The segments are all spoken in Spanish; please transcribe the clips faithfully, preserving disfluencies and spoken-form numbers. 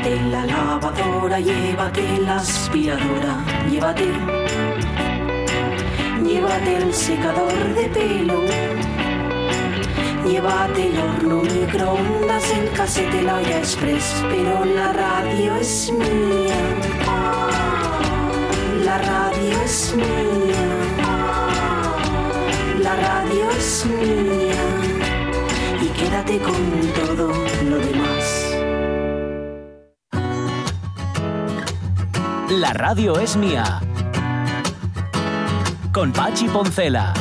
Llévate la lavadora, llévate la aspiradora, llévate, llévate el secador de pelo, llévate el horno, microondas, el cassette, el olla express, pero la radio es mía, la radio es mía, la radio es mía, y quédate con todo lo demás. La radio es mía. Con Pachi Poncela.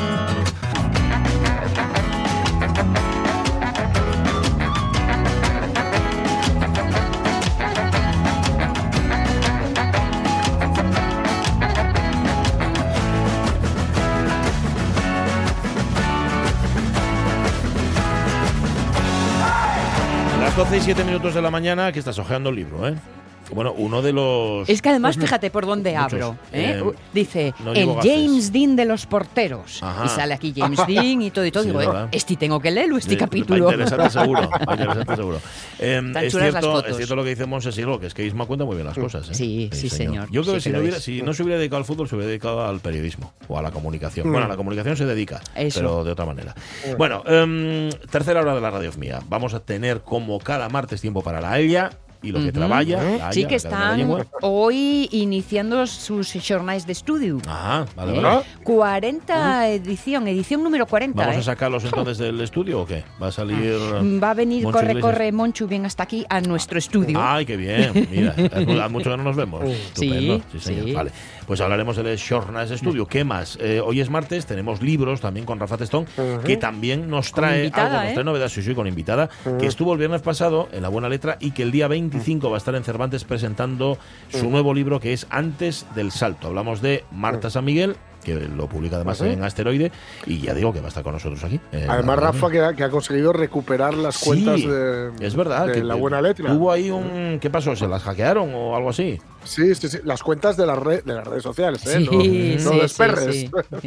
Las doce y siete minutos de la mañana, que estás hojeando el libro, ¿eh? Bueno, uno de los... Es que además, fíjate por dónde muchos, abro. ¿eh? Eh, Dice, no el James Dean de los porteros. Ajá. Y sale aquí James Dean y todo y todo. Sí, digo, eh, este tengo que leerlo, este sí, capítulo. Va interesante seguro. Va interesante seguro. Eh, es, cierto, las es cierto lo que dice Monse Silva, que es que Isma cuenta muy bien las cosas. ¿eh? Sí, sí, sí, señor. señor. Yo creo sí que, que si, no hubiera, si no se hubiera dedicado al fútbol, se hubiera dedicado al periodismo o a la comunicación. Mm. Bueno, a la comunicación se dedica, Eso. pero de otra manera. Mm. Bueno, um, tercera hora de la radio mía. Vamos a tener como cada martes tiempo para la ella. Y lo que uh-huh. trabaja. ¿Eh? Sí, que están hoy iniciando sus jornales de estudio. Ah, vale, ¿Eh? vale. cuarenta uh-huh. edición, edición número cuarenta. ¿Vamos ¿eh? a sacarlos entonces del estudio o qué? ¿Va a salir Va a venir, Moncho corre, Iglesias? corre, Monchu, bien hasta aquí, a nuestro estudio. Ay, qué bien. Mira, hace mucho que no nos vemos. Estupendo. Sí, sí, señor. Sí. Vale. Pues hablaremos del Jornals de Estudio. ¿Qué más? Eh, hoy es martes, tenemos libros también con Rafa Testón, uh-huh. que también nos trae invitada, algo, ¿eh? nos trae novedades, sí, sí, con invitada, uh-huh. que estuvo el viernes pasado en La Buena Letra y que el día veinticinco va a estar en Cervantes presentando su nuevo libro que es Antes del Salto. Hablamos de Marta San Miguel, que lo publica además uh-huh. en Asteroide, y ya digo que va a estar con nosotros aquí. Eh, además, Rafa, que ha, que ha conseguido recuperar las sí, cuentas de, es verdad, de que La Buena Letra. Hubo ahí un... ¿Qué pasó? ¿Se las hackearon o algo así? Sí, sí, sí. Las cuentas de, la red, de las redes sociales, ¿eh? Sí, no, sí, no desperres. Sí, sí.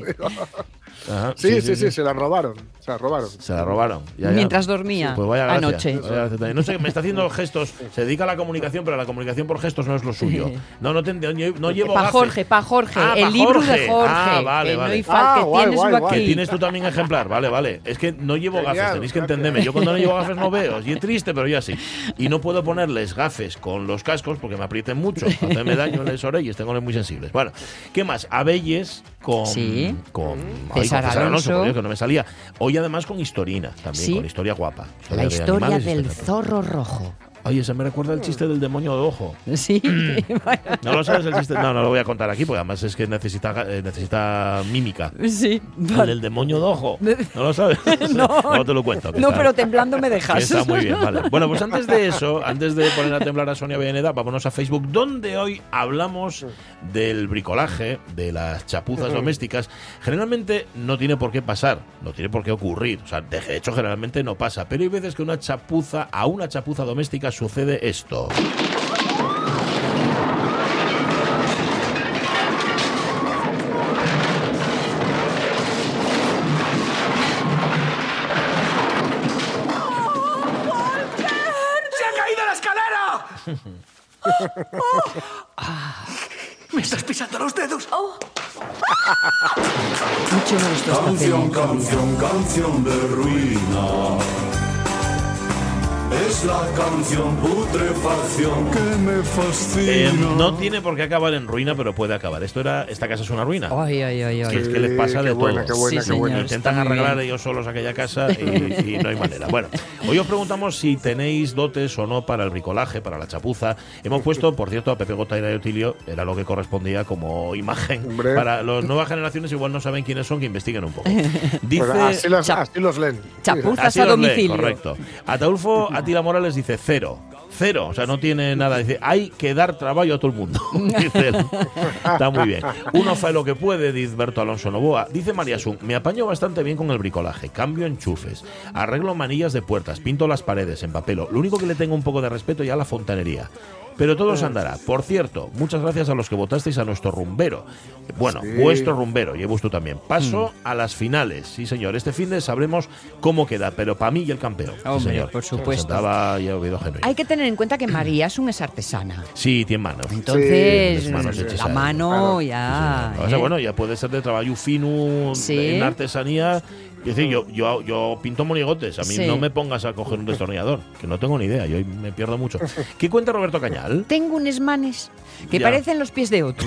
Ajá, sí, sí, sí, sí, sí, se la robaron. Se la robaron. Se la robaron. Ya, ya. Mientras dormía pues vaya gracia, anoche. Vaya gracia. No sé, me está haciendo gestos. Se dedica a la comunicación, pero la comunicación por gestos no es lo suyo. No, no, te, no, no llevo Pa' gafes. Jorge, pa' Jorge. Ah, el pa libro Jorge. de Jorge. Ah, vale, que vale. No hay falta, Ah, que guay, tienes guay, aquí. guay. Que tienes tú también ejemplar. Vale, vale. Es que no llevo Genial, gafes, tenéis que gracias. entenderme. Yo cuando no llevo gafes no veo. Y es triste, pero ya sí. Y no puedo ponerles gafes con los cascos porque me aprieten mucho. Hacerme daño en las orejas, tengo muy sensibles. Bueno, ¿qué más? Abelles con, sí. con, ay, César, con César Alonso, Alonso, Dios, que no me salía. Hoy además con Historina, también, sí. con historia guapa. Historia la historia de del zorro rojo. Oye, se me recuerda el chiste del demonio de ojo. Sí. ¿No lo sabes el chiste? No, no lo voy a contar aquí porque además es que necesita, eh, necesita mímica. Sí. Vale. El del demonio de ojo. ¿No lo sabes? No. No te lo cuento. No, está, pero temblando me dejas. Está muy bien, vale. Bueno, pues antes de eso, antes de poner a temblar a Sonia Villaneda, vámonos a Facebook, donde hoy hablamos del bricolaje, de las chapuzas uh-huh. domésticas. Generalmente no tiene por qué pasar, no tiene por qué ocurrir. O sea, de hecho, generalmente no pasa. Pero hay veces que una chapuza, a una chapuza doméstica sucede esto. ¡Me estás pisando los dedos! Oh. Mucho me gustó esta Canción, peli. canción, canción de ruina. Es la canción putrefacción que me fascina. Eh, no tiene por qué acabar en ruina, pero puede acabar. Esto era, esta casa es una ruina. Ay, ay, ay, ay. Que es que les pasa qué de buena, todo. Qué buena, Sí, qué buena. señor. Intentan Está muy arreglar bien. ellos solos aquella casa y, y no hay manera. Bueno, hoy os preguntamos si tenéis dotes o no para el bricolaje, para la chapuza. Hemos puesto, por cierto, a Pepe Gotaira y Otilio, era lo que correspondía como imagen. Hombre. Para las nuevas generaciones igual no saben quiénes son, que investiguen un poco. Dice, Pues así, las, Chap- así los leen. Chapuzas así a los lee, domicilio. correcto. Ataulfo Atila Morales dice cero. Cero, o sea, no tiene nada. Dice, hay que dar trabajo a todo el mundo. Dice él. Está muy bien. Uno fa lo que puede, dice Berto Alonso Novoa. Dice María Sun, me apaño bastante bien con el bricolaje. Cambio enchufes, arreglo manillas de puertas, pinto las paredes, empapelo. Lo único que le tengo un poco de respeto ya a la fontanería. pero todo se andará. Por cierto, muchas gracias a los que votasteis a nuestro rumbero. Bueno, sí. vuestro rumbero, y tú también. Paso mm. a las finales, sí señor. Este fin de sabremos cómo queda, pero para mí y el campeón. Hombre, sí, señor. Por supuesto. Estaba ya oído genuino. Hay que tener en cuenta que María es una artesana. Sí, tiene manos. Entonces, sí, manos la ahí. mano claro. ya... Sí, o sea, ¿eh? Bueno, ya puede ser de trabajo fino sí. en artesanía. Es decir, yo, yo, yo pinto monigotes. A mí sí. no me pongas a coger un destornillador, que no tengo ni idea. Yo me pierdo mucho. ¿Qué cuenta Roberto Cañal? Tengo unos manes que ya. parecen los pies de otro.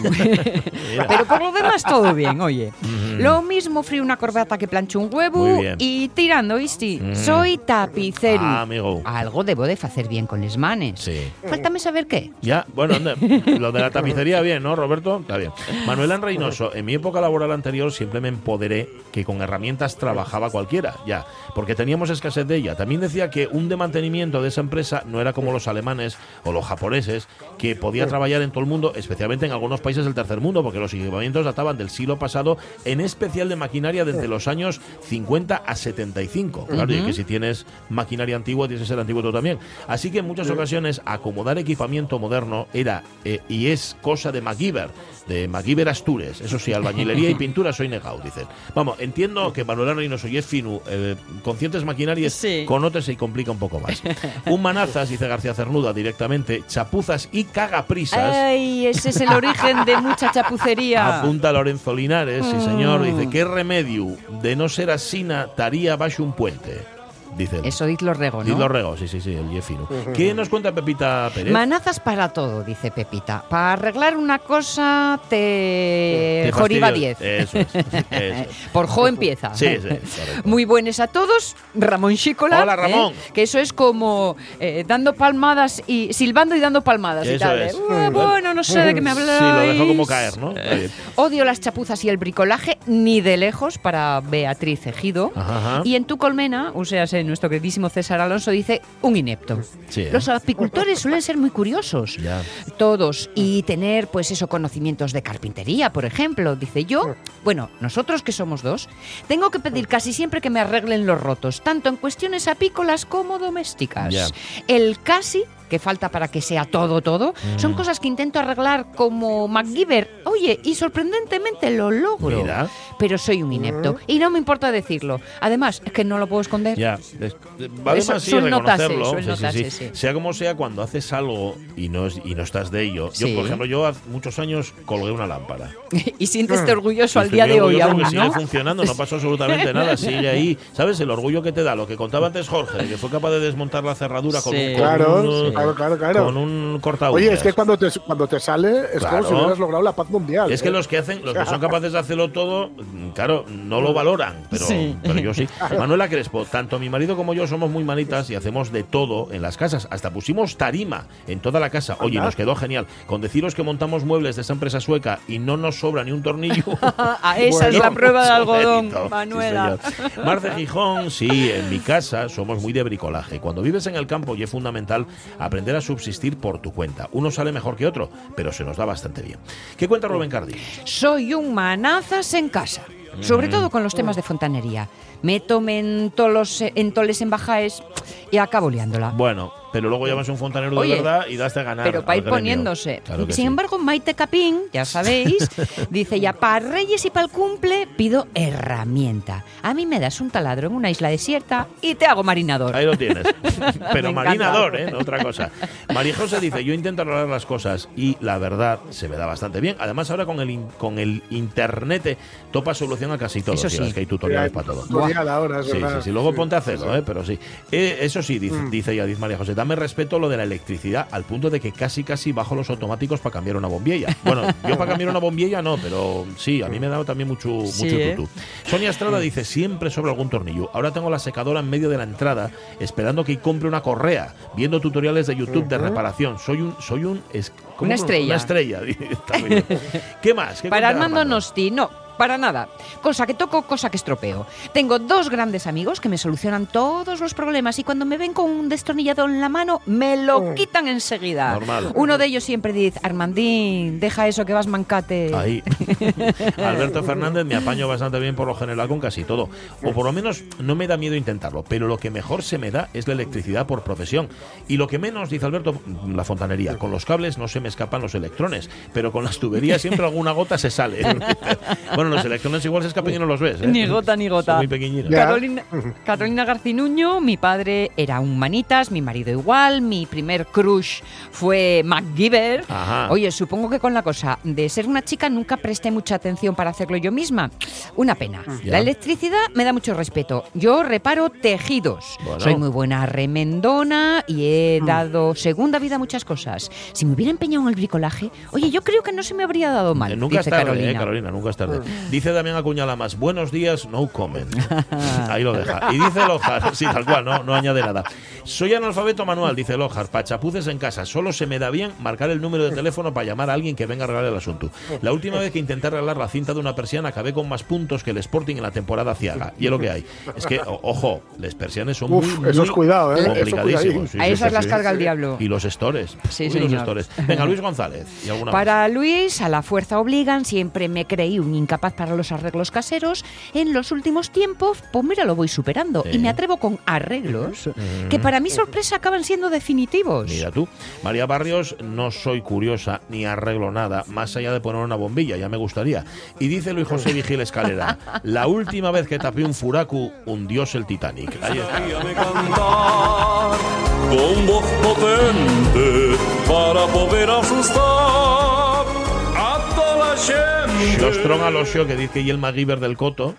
Pero por lo demás todo bien, oye. Mm. Lo mismo frío una corbata que plancho un huevo y tirando, ¿viste? Mm. Soy tapicero. Ah, amigo. Algo debo de hacer bien con los manes. Sí. Faltame saber qué. Ya, bueno, lo de la tapicería bien, ¿no, Roberto? Está bien. Manuel Reynoso, en mi época laboral anterior siempre me empoderé que con herramientas trabajaba cualquiera, ya, porque teníamos escasez de ella. También decía que un de mantenimiento de esa empresa no era como los alemanes o los japoneses, que podía trabajar en todo el mundo, especialmente en algunos países del tercer mundo, porque los equipamientos databan del siglo pasado, en especial de maquinaria desde los años cincuenta a setenta y cinco. Claro, uh-huh. y que si tienes maquinaria antigua, tienes que ser antiguo tú también. Así que en muchas ocasiones acomodar equipamiento moderno era eh, y es cosa de MacGyver, de MacGyver Astures. Eso sí, albañilería y pintura soy negado, dicen. Vamos, entiendo que Manuel Reynoso y es fino, eh, con ciertas maquinarias, sí. con otras se complica un poco más. Un manazas, dice García Cernuda directamente, chapuzas y cagaprisas. Ay, ese es el origen de mucha chapucería. Apunta Lorenzo Linares, sí señor, dice, ¿qué remedio de no ser asina taría bajo un puente? Dice Eso dice los Rego, ¿no? Dice los Rego, sí, sí, sí, el Jefino. Uh-huh. ¿Qué nos cuenta Pepita Pérez? Manazas para todo, dice Pepita. Para arreglar una cosa te, te joriba diez. Eso es, eso es. Por jo empieza. Sí, sí. Correcto. Muy buenas a todos. Ramón Chicola. Hola, Ramón. ¿eh? Que eso es como eh, dando palmadas y silbando y dando palmadas eso y tal. Es. ¿eh? Uh, bueno, no sé de qué me habláis. Sí, lo dejó como caer, ¿no? Eh, odio las chapuzas y el bricolaje, ni de lejos, para Beatriz Ejido. Ajá, ajá. Y en tu colmena, o sea, nuestro queridísimo César Alonso dice un inepto. Sí, ¿eh? Los apicultores suelen ser muy curiosos. Ya. Todos. Y tener, pues eso, conocimientos de carpintería, por ejemplo. Dice yo, bueno, nosotros que somos dos, tengo que pedir casi siempre que me arreglen los rotos, tanto en cuestiones apícolas como domésticas. Ya. El casi que falta para que sea todo, todo, mm. son cosas que intento arreglar como MacGyver. Oye, y sorprendentemente lo logro. Mira. Pero soy un inepto. Mm. Y no me importa decirlo. Además, es que no lo puedo esconder. Ya. Vale más sí reconocerlo. Notase, sí, notase, sí, sí. Sí. Sea como sea, cuando haces algo y no, es, y no estás de ello. Sí. Yo, por ejemplo, yo hace muchos años colgué una lámpara. Y siéntete orgulloso y al día de hoy aún, ¿no? Sigue funcionando, no pasó absolutamente nada. Sigue ahí. ¿Sabes? El orgullo que te da. Lo que contaba antes Jorge, que fue capaz de desmontar la cerradura sí. con un... Con claro, un, sí. claro, claro, claro. Con un corta Oye, es que cuando te, cuando te sale es claro. como si hubieras logrado la paz mundial. Es que ¿eh? los que hacen, los que son capaces de hacerlo todo, claro, no lo valoran, pero, sí. pero yo sí. Manuela Crespo, tanto mi marido como yo somos muy manitas y hacemos de todo en las casas. Hasta pusimos tarima en toda la casa. Oye, nos quedó genial. Con deciros que montamos muebles de esa empresa sueca y no nos sobra ni un tornillo. A esa bueno, es la prueba de algodón, Manuela. Sí, Marce Gijón, sí, en mi casa somos muy de bricolaje. Cuando vives en el campo y es fundamental aprender a subsistir por tu cuenta. Uno sale mejor que otro, pero se nos da bastante bien. ¿Qué cuenta Rubén Cardí? Soy un manazas en casa, sobre mm. todo con los temas de fontanería. Me tomen todos en toles en bajaes y acabo liándola. Bueno, pero luego llamas a un fontanero Oye, de verdad y das de ganar. Pero para ir gremio. Poniéndose. Claro Sin sí. embargo, Maite Capín, ya sabéis, dice ya para Reyes y para el cumple pido herramienta. A mí me das un taladro en una isla desierta y te hago marinador. Ahí lo tienes. Pero marinador, ¿eh? No otra cosa. María José dice, yo intento arreglar las cosas y la verdad se me da bastante bien. Además, ahora con el, in, con el internet topa solución a casi todo. Eso sí. Es que hay tutoriales para todo. Tutorial ahora, es sí, verdad. sí, sí. Luego sí, ponte a hacerlo, sí. ¿eh? Pero sí. Eh, eso sí, dice, mm. dice ya, dice María José, dame respeto lo de la electricidad al punto de que casi casi bajo los automáticos para cambiar una bombilla. Bueno, yo para cambiar una bombilla no, pero sí, a mí me ha dado también mucho, sí, mucho ¿eh? tutú. Sonia Estrada dice, siempre sobre algún tornillo. Ahora tengo la secadora en medio de la entrada esperando que compre una correa, viendo tutoriales de YouTube uh-huh. de reparación. Soy un... Soy un es, una estrella. Una estrella. ¿Qué más? ¿Qué para Armando Nosti, no. para nada. Cosa que toco, cosa que estropeo. Tengo dos grandes amigos que me solucionan todos los problemas y cuando me ven con un destornillador en la mano, me lo quitan enseguida. Normal. Uno de ellos siempre dice, Armandín, deja eso que vas mancate. Ahí. Alberto Fernández, me apaño bastante bien por lo general con casi todo. O por lo menos no me da miedo intentarlo. Pero lo que mejor se me da es la electricidad por profesión. Y lo que menos, dice Alberto, la fontanería. Con los cables no se me escapan los electrones, pero con las tuberías siempre alguna gota se sale. Bueno, los electrones igual se escapan y no los ves, ¿eh? Ni gota, ni gota. Son muy pequeñinos. Carolina, Carolina Garcinuño, mi padre era un manitas, mi marido igual, mi primer crush fue MacGyver. Ajá. Oye, supongo que con la cosa de ser una chica nunca presté mucha atención para hacerlo yo misma. Una pena. Ya. La electricidad me da mucho respeto. Yo reparo tejidos. Bueno. Soy muy buena remendona y he dado segunda vida a muchas cosas. Si me hubiera empeñado en el bricolaje, oye, yo creo que no se me habría dado mal. Eh, nunca dice es tarde, Carolina. Eh, Carolina, nunca es tarde. Dice Damián Acuñala más, buenos días, no comment. Ahí lo deja. Y dice Lojar, sí, tal cual, no, no añade nada. Soy analfabeto manual, dice Lojar, pachapuces en casa. Solo se me da bien marcar el número de teléfono para llamar a alguien que venga a arreglar el asunto. La última vez que intenté arreglar la cinta de una persiana acabé con más puntos que el Sporting en la temporada ciaga. Y es lo que hay. Es que, o, ojo, las persianes son Uf, muy, muy eso es cuidado, ¿eh? complicadísimos. Eso Sí, A sí, esas sí, las sí. carga el diablo. Y los stores. Sí, Uy, señor. los stores. Venga, Luis González. Y alguna Para Luis, a la fuerza obligan, siempre me creí un incapaz para los arreglos caseros. En los últimos tiempos, pues mira, lo voy superando. Sí. Y me atrevo con arreglos que para mi sorpresa acaban siendo definitivos. Mira tú. María Barrios, no soy curiosa ni arreglo nada, más allá de poner una bombilla, ya me gustaría. Y dice Luis José Vigil Escalera, la última vez que tapé un furaku, hundióse el Titanic. Ahí está. De cantar con voz potente para poder asustar a toda la gente. Xostrón a los que dice que y el MacGyver del Coto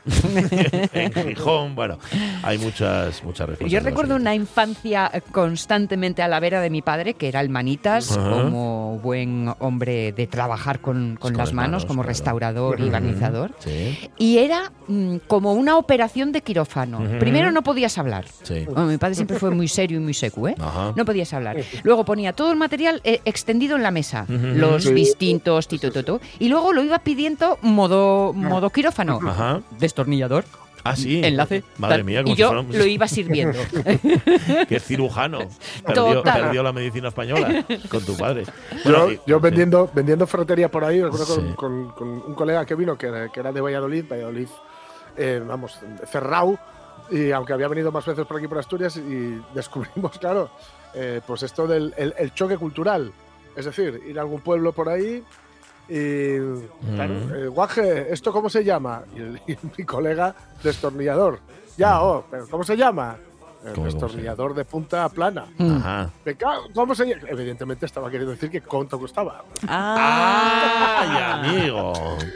en Gijón. Bueno, hay muchas muchas respuestas. Yo recuerdo una infancia constantemente a la vera de mi padre, que era el manitas, Ajá. como buen hombre de trabajar con, con Con las las manos, manos, como claro. restaurador y barnizador. Sí, Y era mm, como una operación de quirófano. Ujú. Primero no podías hablar. sí. Bueno, mi padre siempre fue muy serio y muy seco, ¿eh? Ajá. No podías hablar. Luego ponía todo el material eh, extendido en la mesa, Ujú. los Sí. distintos, tito, toto, y luego lo iba pidiendo modo, modo quirófano. Ajá. Destornillador, Ah, sí. enlace. Madre tal. mía, como y si yo fuera un- lo iba sirviendo. que es cirujano. Perdió, Total. perdió la medicina española con tu padre. Yo, Bueno, y- yo sí. vendiendo, vendiendo ferretería por ahí, recuerdo con, Sí. con- con un colega que vino, que, que era de Valladolid, Valladolid, eh, vamos, cerrado, y aunque había venido más veces por aquí por Asturias, y descubrimos, claro, eh, pues esto del el, el choque cultural. Es decir, ir a algún pueblo por ahí y, claro, Mm. eh, guaje, ¿esto cómo se llama? Y, el- y mi colega, destornillador. Ya, oh, pero ¿cómo se llama? El ¿Cómo se destornillador de punta plana. Ajá. Me cago- ¿Cómo se llama? Evidentemente estaba queriendo decir que cuánto costaba. ¡Ay, amigo!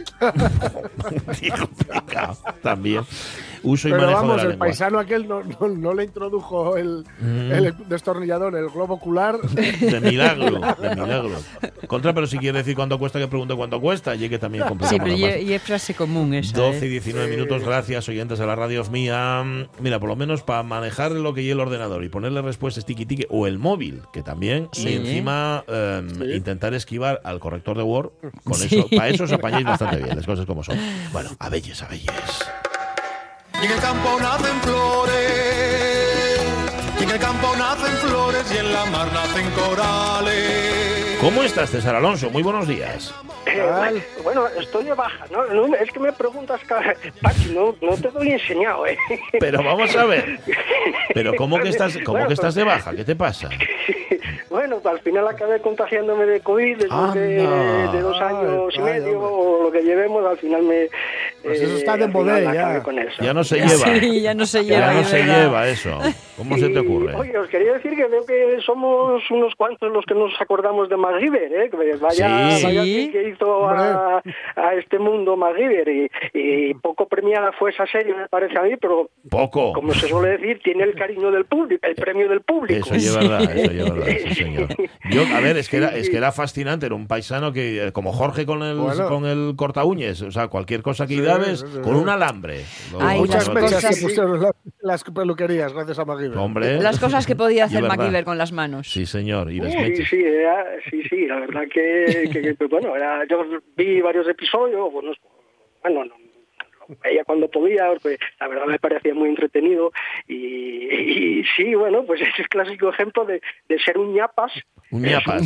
Digo, pecado. También. Uso y Pero manejo vamos, de la el lengua. paisano aquel no, no, no le introdujo el, Mm. el destornillador, el globo ocular. De milagro, de milagro. Contra, pero si quiere decir cuánto cuesta, que pregunte cuánto cuesta. Y que también Sí, complicamos pero más. y, y es frase común esa. doce y ¿eh? diecinueve minutos, gracias oyentes de la radio mía. Mira, por lo menos para manejar lo que lleva el ordenador y ponerle respuestas tiki tiki o el móvil, que también, Sí. y encima eh, intentar esquivar al corrector de Word, con Sí. eso, para eso os apañáis bastante bien, las cosas como son. Bueno, abelles, abelles. Y en el campo nacen flores, y en el campo nacen flores, y en la mar nacen corales. ¿Cómo estás, César Alonso? Muy buenos días. Eh, bueno, estoy de baja, ¿no? no es que me preguntas, ca- Pachi, no, no te doy enseñado, ¿eh? Pero vamos a ver. Pero ¿cómo que estás, cómo Bueno, que estás de baja? ¿Qué te pasa? Bueno, al final acabé contagiándome de COVID después de, Anda. de dos años Ay, y vaya, medio, hombre. o lo que llevemos, al final me... Pues eso eh, está de al final modé, acabé ya. con eso. Ya no se lleva. Sí, ya no se lleva. Ya no es se verdad. lleva eso. ¿Cómo se te Y, ocurre? Oye, os quería decir que veo que somos unos cuantos los que nos acordamos de MacGyver, ¿eh? Que vaya, Sí. vaya Sí. que hizo a, a este mundo MacGyver, y, y poco premiada fue esa serie, me parece a mí, pero Poco. como se suele decir, tiene el cariño del público, el premio del público. Eso es verdad, eso es verdad, sí, señor. Yo, a ver, es que era, es que era fascinante, era un paisano que, eh, como Jorge con el, Bueno. con el corta uñes, o sea, cualquier cosa que Sí, dabes, sí, sí. con un alambre. Lo- Ay, lo- Muchas las lo- mechas cosas- se pusieron la- las peluquerías gracias a MacGyver. Hombre. Las cosas que podía Y hacer verdad. MacGyver con las manos. Sí, señor, y las Sí, mechas. sí, era- sí, sí, la verdad que, que- que, bueno, era, yo vi varios episodios, bueno, bueno, no, ella cuando podía, pues la verdad me parecía muy entretenido y, y sí, bueno, pues es el clásico ejemplo de, de ser un ñapas. Un ñapas.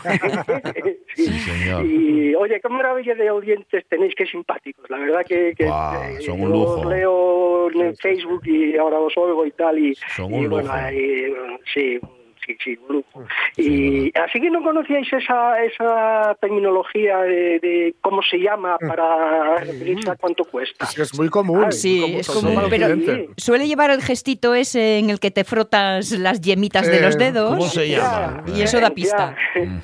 sí, sí, señor. Y oye, qué maravilla de oyentes tenéis, qué simpáticos. La verdad que, que wow, eh, son un lujo. Os leo en Facebook y ahora os oigo y tal. Y, son y un bueno, lujo. ahí, sí, sí, sí, un lujo. Sí, y bueno. así que no conocíais esa esa terminología de, de cómo se llama para referirse a cuánto cuesta. Es que es muy común. Ah, Sí, muy común, es sobre común, todo pero en Occidente. suele llevar el gestito ese en el que te frotas las yemitas de Eh, los dedos. ¿Cómo se llama? Y eso da pista.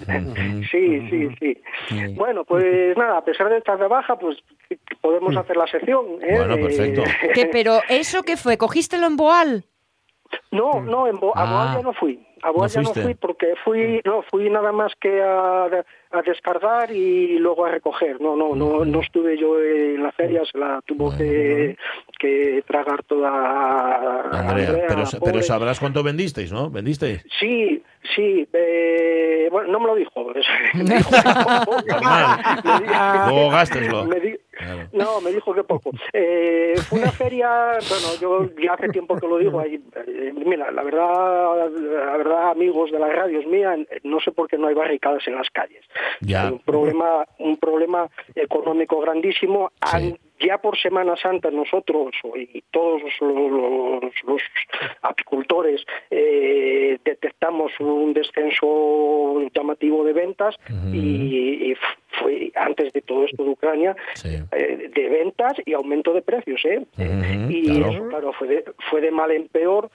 sí, sí, sí. Sí. Bueno, pues nada, a pesar de estar de baja, pues podemos hacer la sección. ¿eh? Bueno, perfecto. Eh, ¿Qué, pero eso qué fue? ¿Cogístelo en Boal? No, no, en Bo- a Ah. Boal ya no fui. A Boal ¿No ya no fuiste? fui porque fui, no, fui nada más que a, a descargar y luego a recoger. No, no, no, no estuve yo en la feria, se la tuvo que, que tragar toda Andrea, Andrea, pero, pobre. pero sabrás cuánto vendisteis, ¿no? ¿Vendisteis? Sí, sí, eh, bueno, no me lo dijo. Me dijo que poco. Normal. Me di- Luego gásteslo. me di- Claro. No, me dijo que poco. Eh, fue una feria, bueno, yo ya hace tiempo que lo digo, ahí, eh, mira, la verdad, la verdad, amigos de las radios mías, no sé por qué no hay barricadas en las calles. Ya. Hay un problema, un problema económico grandísimo. Sí. Han- Ya por Semana Santa nosotros y todos los, los, los apicultores eh, detectamos un descenso llamativo de ventas Ujú. y, y fue antes de todo esto de Ucrania, Sí. eh, de ventas y aumento de precios, ¿eh? Ujú, y claro. eso, claro, fue de, fue de mal en peor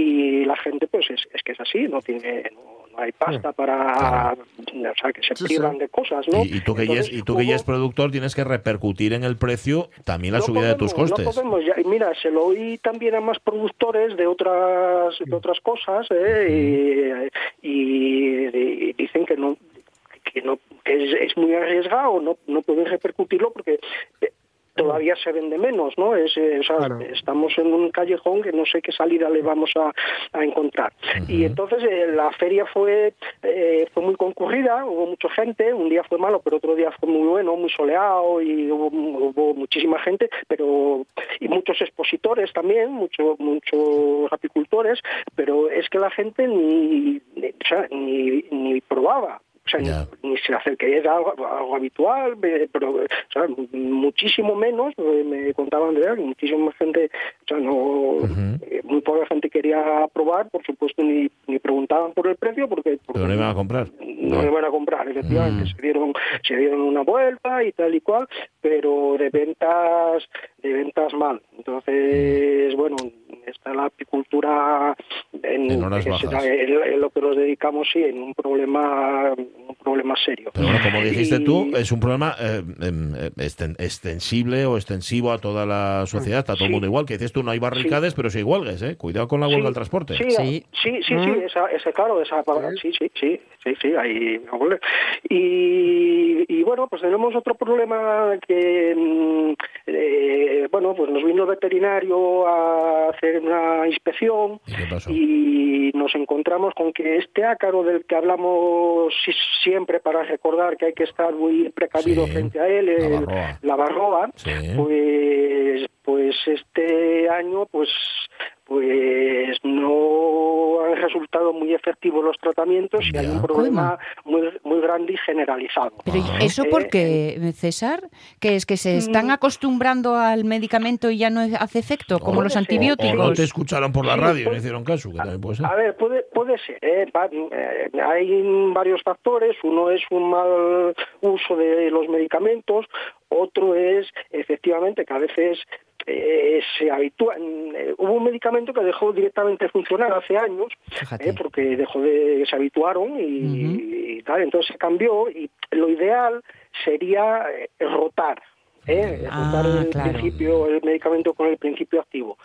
y la gente, pues es, es que es así, no tiene... No, no hay pasta para, o sea, que se Sí, privan sí. de cosas, ¿no? Y, y tú que ya Entonces, es, y tú que ya hubo- es productor tienes que repercutir en el precio también la no subida de tus podemos, costes. No podemos. Ya, y mira, se lo oí también a más productores de otras de otras cosas ¿eh? y, y- y dicen que no que no que es, es muy arriesgado, no no pueden repercutirlo porque eh, todavía se vende menos, ¿no? Es, eh, o sea, Claro. estamos en un callejón que no sé qué salida le vamos a, a encontrar. Y entonces eh, la feria fue eh, fue muy concurrida, hubo mucha gente, un día fue malo, pero otro día fue muy bueno, muy soleado y hubo, hubo muchísima gente, pero y muchos expositores también, muchos muchos apicultores, pero es que la gente ni, ni, o sea, ni, ni probaba. O sea, Ya. ni, ni se acercaría, era algo, algo habitual, eh, pero o sea, muchísimo menos, eh, me contaba Andrea, que muchísima gente, o sea, no, eh, muy poca gente quería probar, por supuesto, ni, ni preguntaban por el precio, porque, porque Pero no iban a comprar. no le van a comprar, efectivamente, Mm. se dieron se dieron una vuelta y tal y cual, pero de ventas de ventas mal. Entonces, bueno, está la apicultura en, En horas que bajas. será en, en lo que nos dedicamos, sí, en un problema un problema serio. Pero bueno, como dijiste Y- tú, es un problema eh, em, eh, esten- extensible o extensivo a toda la sociedad, está todo el Sí. mundo igual. Que dices tú, no hay barricades, pero sí hay huelgas, ¿eh? Cuidado con la huelga Sí, del transporte. Sí, Sí. sí, sí, sí, esa, esa, claro, esa palabra, sí, sí, sí, sí, sí, ahí, ole. y, y bueno, pues tenemos otro problema que, mm, eh, bueno, pues nos vino el veterinario a hacer una inspección ¿Y qué pasó? y nos encontramos con que este ácaro del que hablamos si- siempre para recordar que hay que estar muy precavido Sí, frente a él, la el- barroa. la barroa, Sí. pues pues este año pues pues no han resultado muy efectivos los tratamientos y hay Ya. un problema muy muy grande y generalizado. Pero Ah. ¿eso Eh, por qué, César? ¿Que es que se están Mm. acostumbrando al medicamento y ya no hace efecto, como O- los puede ser. O antibióticos? no te escucharon por la Sí, radio y no pues- hicieron caso, que también puede ser. A ver, puede, puede ser. ¿eh? Va- eh, hay varios factores. Uno es un mal uso de los medicamentos. Otro es, efectivamente, que a veces eh, se habitúa. eh, hubo un medicamento que dejó directamente de funcionar hace años, Fíjate. eh, porque dejó de se habituaron y, Ujú. y tal. Entonces se cambió y lo ideal sería eh, rotar. ¿eh? Ah, rotar el claro. principio, el medicamento con el principio activo.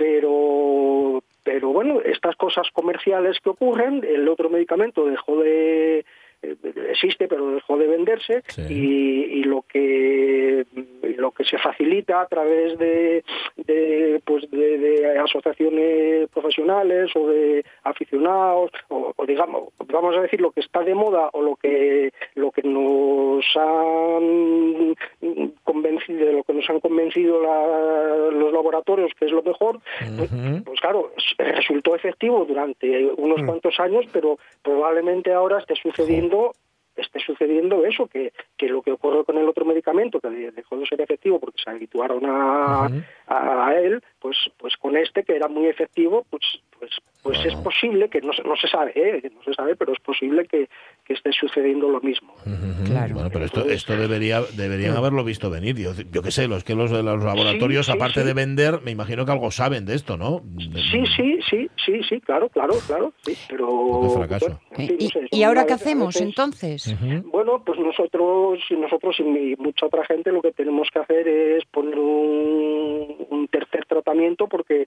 Pero pero bueno, estas cosas comerciales que ocurren, el otro medicamento dejó de eh, existe pero dejó de venderse Sí. y, y lo que lo que se facilita a través de, de pues de, de asociaciones profesionales o de aficionados o, o digamos vamos a decir lo que está de moda o lo que lo que nos han convencido, de lo que nos han convencido la, los laboratorios que es lo mejor, pues, Ujú. pues claro, resultó efectivo durante unos Mm. cuantos años, pero probablemente ahora esté sucediendo esté sucediendo eso, que, que lo que ocurre con el otro medicamento, que dejó de ser efectivo porque se habituaron a, Ujú. a, a él, pues pues con este, que era muy efectivo, pues pues pues Bueno. es posible, que no, se- no se sabe, ¿eh? no se sabe, pero es posible que, que esté sucediendo lo mismo. Ujú. Claro. Bueno, pero esto, esto debería, deberían haberlo visto venir. Yo, yo qué sé, los que los de los laboratorios, Sí, sí, aparte sí. de vender, me imagino que algo saben de esto, ¿no? Sí, sí, sí, sí, sí, claro, claro, claro, sí, pero... Qué fracaso. bueno, en fin, no ¿Y, sé, y son ahora a qué veces- a hacemos veces- entonces? Ujú. Bueno, pues nosotros y nosotros y mi- mucha otra gente lo que tenemos que hacer es poner un, un tercer tratamiento porque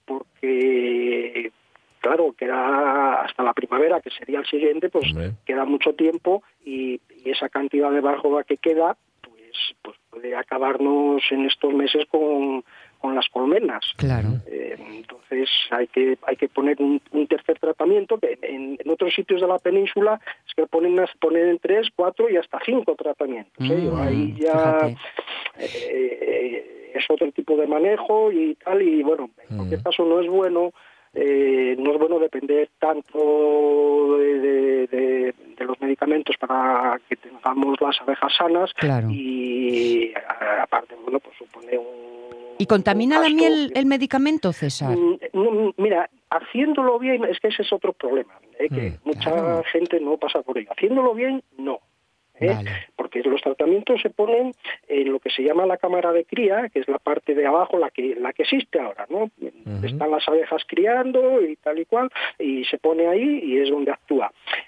porque claro, queda hasta la primavera, que sería el siguiente, pues Hombre. queda mucho tiempo y, y esa cantidad de barroba que queda pues pues puede acabarnos en estos meses con, con las colmenas. Claro. Eh, entonces hay que hay que poner un, un tercer tratamiento que en, en otros sitios de la península es que ponen ponen en tres, cuatro y hasta cinco tratamientos. ¿eh? Mm, Ahí ya fíjate. eh, es otro tipo de manejo y tal, y bueno, en Mm. cualquier caso no es bueno eh, no es bueno depender tanto de, de- de- de los medicamentos para que tengamos las abejas sanas. Claro. Y a- aparte, bueno, pues supone un ¿Y contamina un la gasto miel que- el medicamento, César? Mm, no, mira, haciéndolo bien, es que ese es otro problema, ¿eh? que Mm, mucha claro. gente no pasa por ello. Haciéndolo bien, no. ¿eh? Vale. Porque los tratamientos se ponen en lo que se llama la cámara de cría, que es la parte de abajo, la que la que existe ahora, ¿no? Ujú. Están las abejas criando y tal y cual, y se pone ahí y es donde actúa.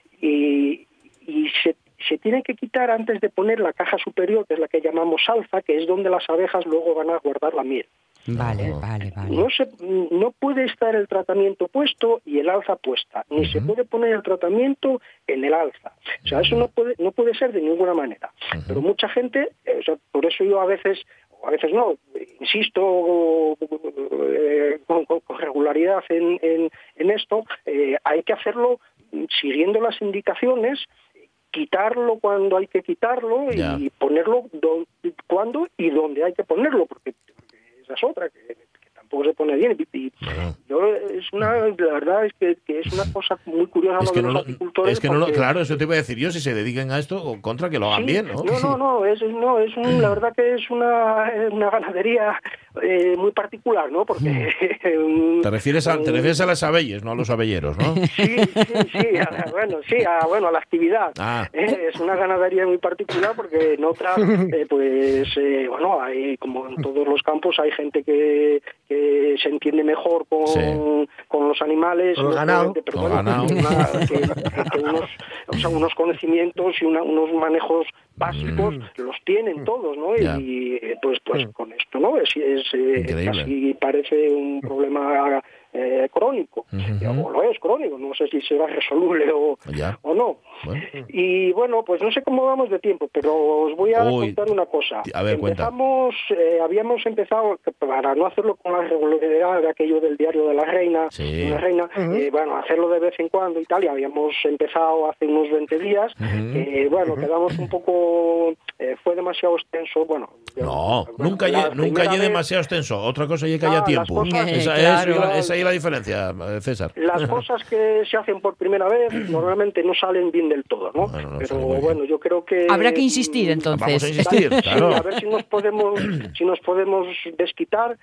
Y, y se, se tiene que quitar antes de poner la caja superior, que es la que llamamos alza, que es donde las abejas luego van a guardar la miel. Vale, No. vale, vale. No se, no puede estar el tratamiento puesto y el alza puesta, ni se puede poner el tratamiento en el alza. O sea, eso no puede no puede ser de ninguna manera. Pero mucha gente, eh, o sea, por eso yo a veces, o a veces no, insisto eh, con, con- con regularidad en, en, en esto, eh, hay que hacerlo siguiendo las indicaciones, quitarlo cuando hay que quitarlo y Ya. ponerlo don- cuando y donde hay que ponerlo, porque, porque esa es otra, que, que tampoco se pone bien. Y, y Bueno. yo, es una, la verdad es que, que es una cosa muy curiosa Es lo que de no, los lo- apicultores. es que no lo- porque- claro, eso te iba a decir yo, si se dediquen a esto, o contra que lo hagan Sí, bien, ¿no? No, no, no, es, no, es un- la verdad que es una, una ganadería eh, muy particular, ¿no? Porque... un- Te refieres, a, te un- refieres a las abelles, no a los abelleros, ¿no? Sí, sí, sí, a, bueno, sí, a, bueno, a la actividad. Ah. Eh, es una ganadería muy particular porque en otra, eh, pues, eh, bueno, hay, como en todos los campos, hay gente que, que se entiende mejor con, Sí. con los animales, Con el no ganado. solamente, pero Con el bueno, ganado. que, una- que- que unos, o sea, unos conocimientos y una- unos manejos básicos los tienen todos, ¿no? Mm. Ya. Y eh, pues, pues con esto, ¿no? Es, es eh, Increíble. casi parece un problema eh, crónico, Ujú. o lo es crónico, no sé si será resoluble o, Ya. o no. Bueno. Y bueno, pues no sé cómo vamos de tiempo, pero os voy a Uy. contar una cosa. A ver, cuenta. Empezamos, eh, habíamos empezado, para no hacerlo con la regularidad de aquello del diario de la reina, Sí. de la reina, eh, bueno, hacerlo de vez en cuando y tal, y habíamos empezado hace unos veinte días, Ujú. que bueno, quedamos un poco, eh, fue demasiado extenso, bueno. yo- No, bueno, nunca la lle- nunca primera lle vez- demasiado extenso. Otra cosa es que Ah, haya las tiempo. cosas- esa, Claro. es, la- esa es la diferencia, eh, César. Las cosas que se hacen por primera vez normalmente no salen bien del todo, ¿no? Bueno, no Pero sale muy bien. bueno, yo creo que... Habrá que insistir mm, entonces. Vamos a insistir, Sí, claro. a ver si nos podemos si nos podemos desquitar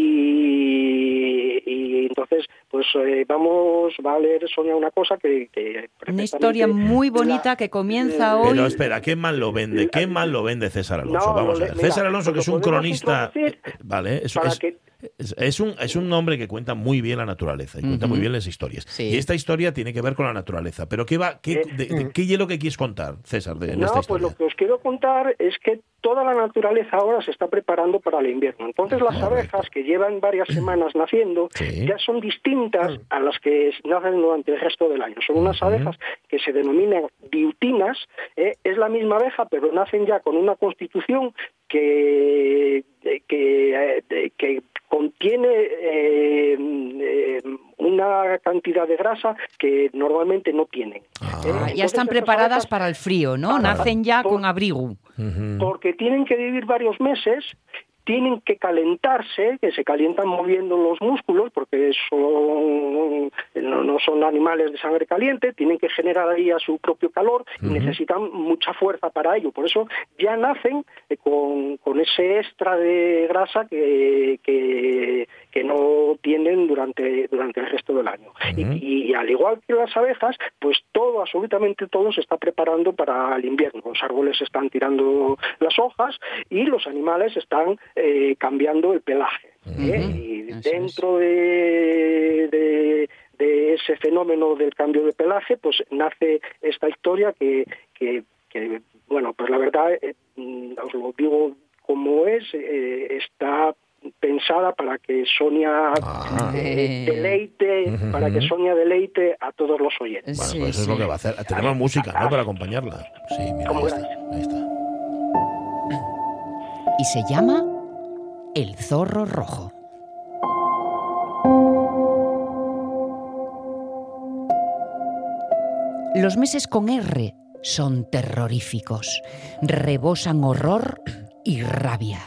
y, y entonces pues eh, vamos va a leer Sonia una cosa que, que Una historia muy bonita la- que comienza eh, hoy. Pero espera, ¿qué mal lo vende? ¿Qué mal lo vende César Alonso? No, Vamos a lo- ver. mira, César Alonso, que lo es un podemos cronista. introducir eh, Vale, es, para es- que- es- es un, es un hombre que cuenta muy bien la naturaleza y cuenta Ujú. muy bien las historias. Sí. Y esta historia tiene que ver con la naturaleza. Pero ¿qué va? ¿Qué, Eh, de, de- ¿qué es lo que quieres contar, César, de, en No, esta pues historia? lo que os quiero contar es que toda la naturaleza ahora se está preparando para el invierno. Entonces las Correcto. abejas que llevan varias semanas naciendo Sí. ya son distintas a las que nacen durante el resto del año. Son unas Ujú. abejas que se denominan diutinas. ¿eh? Es la misma abeja, pero nacen ya con una constitución que, eh, que, eh, que contiene eh, eh, una cantidad de grasa que normalmente no tienen. Ah. ¿eh? Ah, ya Entonces, están estas preparadas abejas- para el frío, ¿no? para- Nacen ya por- con abrigo. Uh-huh. Porque tienen que vivir varios meses, tienen que calentarse, que se calientan moviendo los músculos, porque son, no, no son animales de sangre caliente, tienen que generar ahí a su propio calor y uh-huh. necesitan mucha fuerza para ello. Por eso ya nacen con, con ese extra de grasa que, que, que no tienen durante, durante el resto del año. Uh-huh. Y, y al igual que las abejas, pues todo, absolutamente todo se está preparando para el invierno. Los árboles están tirando las hojas y los animales están Eh, cambiando el pelaje. ¿eh? Uh-huh. Y Así dentro de, de, de ese fenómeno del cambio de pelaje, pues nace esta historia que, que, que bueno, pues la verdad, eh, os lo digo como es, eh, está pensada para que Sonia ah. eh, deleite, uh-huh. para que Sonia deleite a todos los oyentes. Bueno, sí, pues eso sí. es lo que va a hacer. Tenemos Ahí, música, acá. ¿no? Para acompañarla. Sí, mira, ahí está, ahí está. Y se llama El zorro rojo. Los meses con R son terroríficos, rebosan horror y rabia.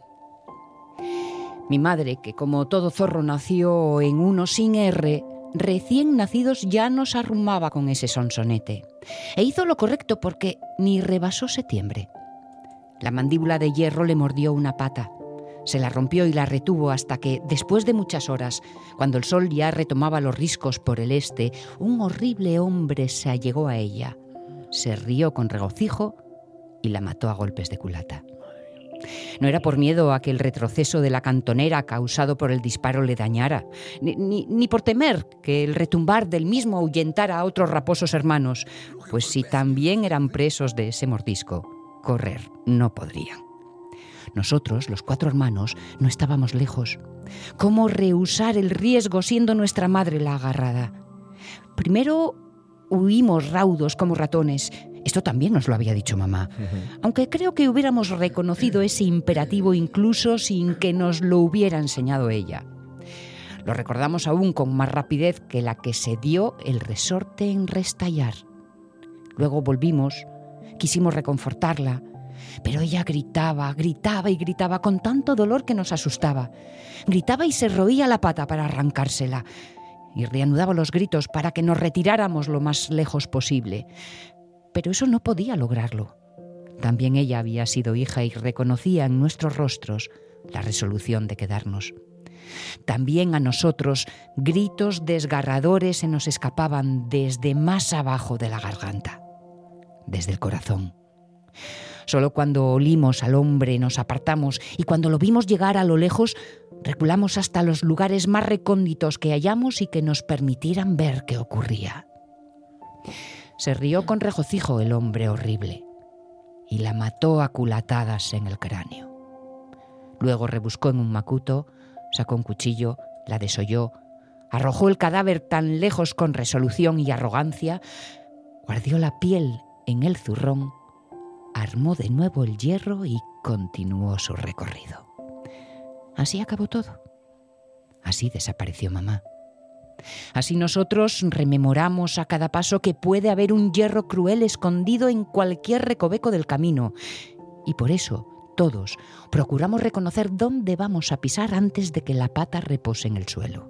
Mi madre, que como todo zorro nació en uno sin R, recién nacidos ya nos arrumaba con ese sonsonete. E hizo lo correcto porque ni rebasó septiembre. La mandíbula de hierro le mordió una pata. Se la rompió y la retuvo hasta que, después de muchas horas, cuando el sol ya retomaba los riscos por el este, un horrible hombre se allegó a ella, se rió con regocijo y la mató a golpes de culata. No era por miedo a que el retroceso de la cantonera causado por el disparo le dañara, ni, ni, ni por temer que el retumbar del mismo ahuyentara a otros raposos hermanos, pues si también eran presos de ese mordisco, correr no podrían. Nosotros, los cuatro hermanos, no estábamos lejos. ¿Cómo rehusar el riesgo siendo nuestra madre la agarrada? Primero huimos raudos como ratones. Esto también nos lo había dicho mamá. Uh-huh. Aunque creo que hubiéramos reconocido ese imperativo incluso sin que nos lo hubiera enseñado ella. Lo recordamos aún con más rapidez que la que se dio el resorte en restallar. Luego volvimos. Quisimos reconfortarla, pero ella gritaba, gritaba y gritaba con tanto dolor que nos asustaba. Gritaba y se roía la pata para arrancársela y reanudaba los gritos para que nos retiráramos lo más lejos posible. Pero eso no podía lograrlo. También ella había sido hija y reconocía en nuestros rostros la resolución de quedarnos. También a nosotros gritos desgarradores se nos escapaban desde más abajo de la garganta. Desde el corazón. Solo cuando olimos al hombre nos apartamos y cuando lo vimos llegar a lo lejos, reculamos hasta los lugares más recónditos que hallamos y que nos permitieran ver qué ocurría. Se rió con regocijo el hombre horrible y la mató a culatadas en el cráneo. Luego rebuscó en un macuto, sacó un cuchillo, la desolló, arrojó el cadáver tan lejos con resolución y arrogancia, guardió la piel en el zurrón, armó de nuevo el hierro y continuó su recorrido. Así acabó todo. Así desapareció mamá. Así nosotros rememoramos a cada paso que puede haber un hierro cruel escondido en cualquier recoveco del camino. Y por eso, todos, procuramos reconocer dónde vamos a pisar antes de que la pata repose en el suelo.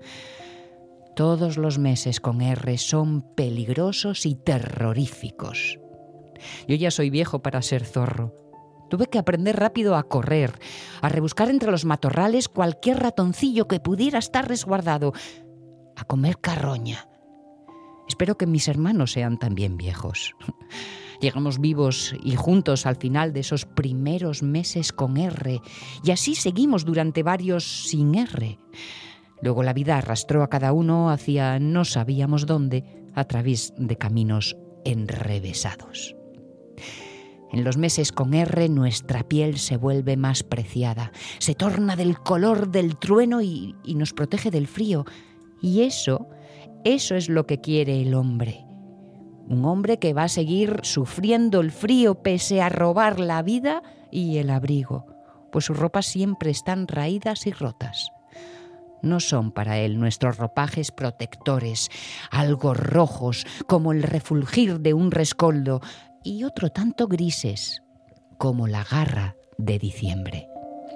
Todos los meses con R son peligrosos y terroríficos. Yo ya soy viejo para ser zorro. Tuve que aprender rápido a correr, a rebuscar entre los matorrales cualquier ratoncillo que pudiera estar resguardado, a comer carroña. Espero que mis hermanos sean también viejos. Llegamos vivos y juntos al final de esos primeros meses con R, y así seguimos durante varios sin R. Luego la vida arrastró a cada uno hacia no sabíamos dónde, a través de caminos enrevesados. En los meses con R nuestra piel se vuelve más preciada, se torna del color del trueno y, y nos protege del frío. Y eso, eso es lo que quiere el hombre. Un hombre que va a seguir sufriendo el frío pese a robar la vida y el abrigo, pues sus ropas siempre están raídas y rotas. No son para él nuestros ropajes protectores, algo rojos como el refulgir de un rescoldo y otro tanto grises, como la garra de diciembre.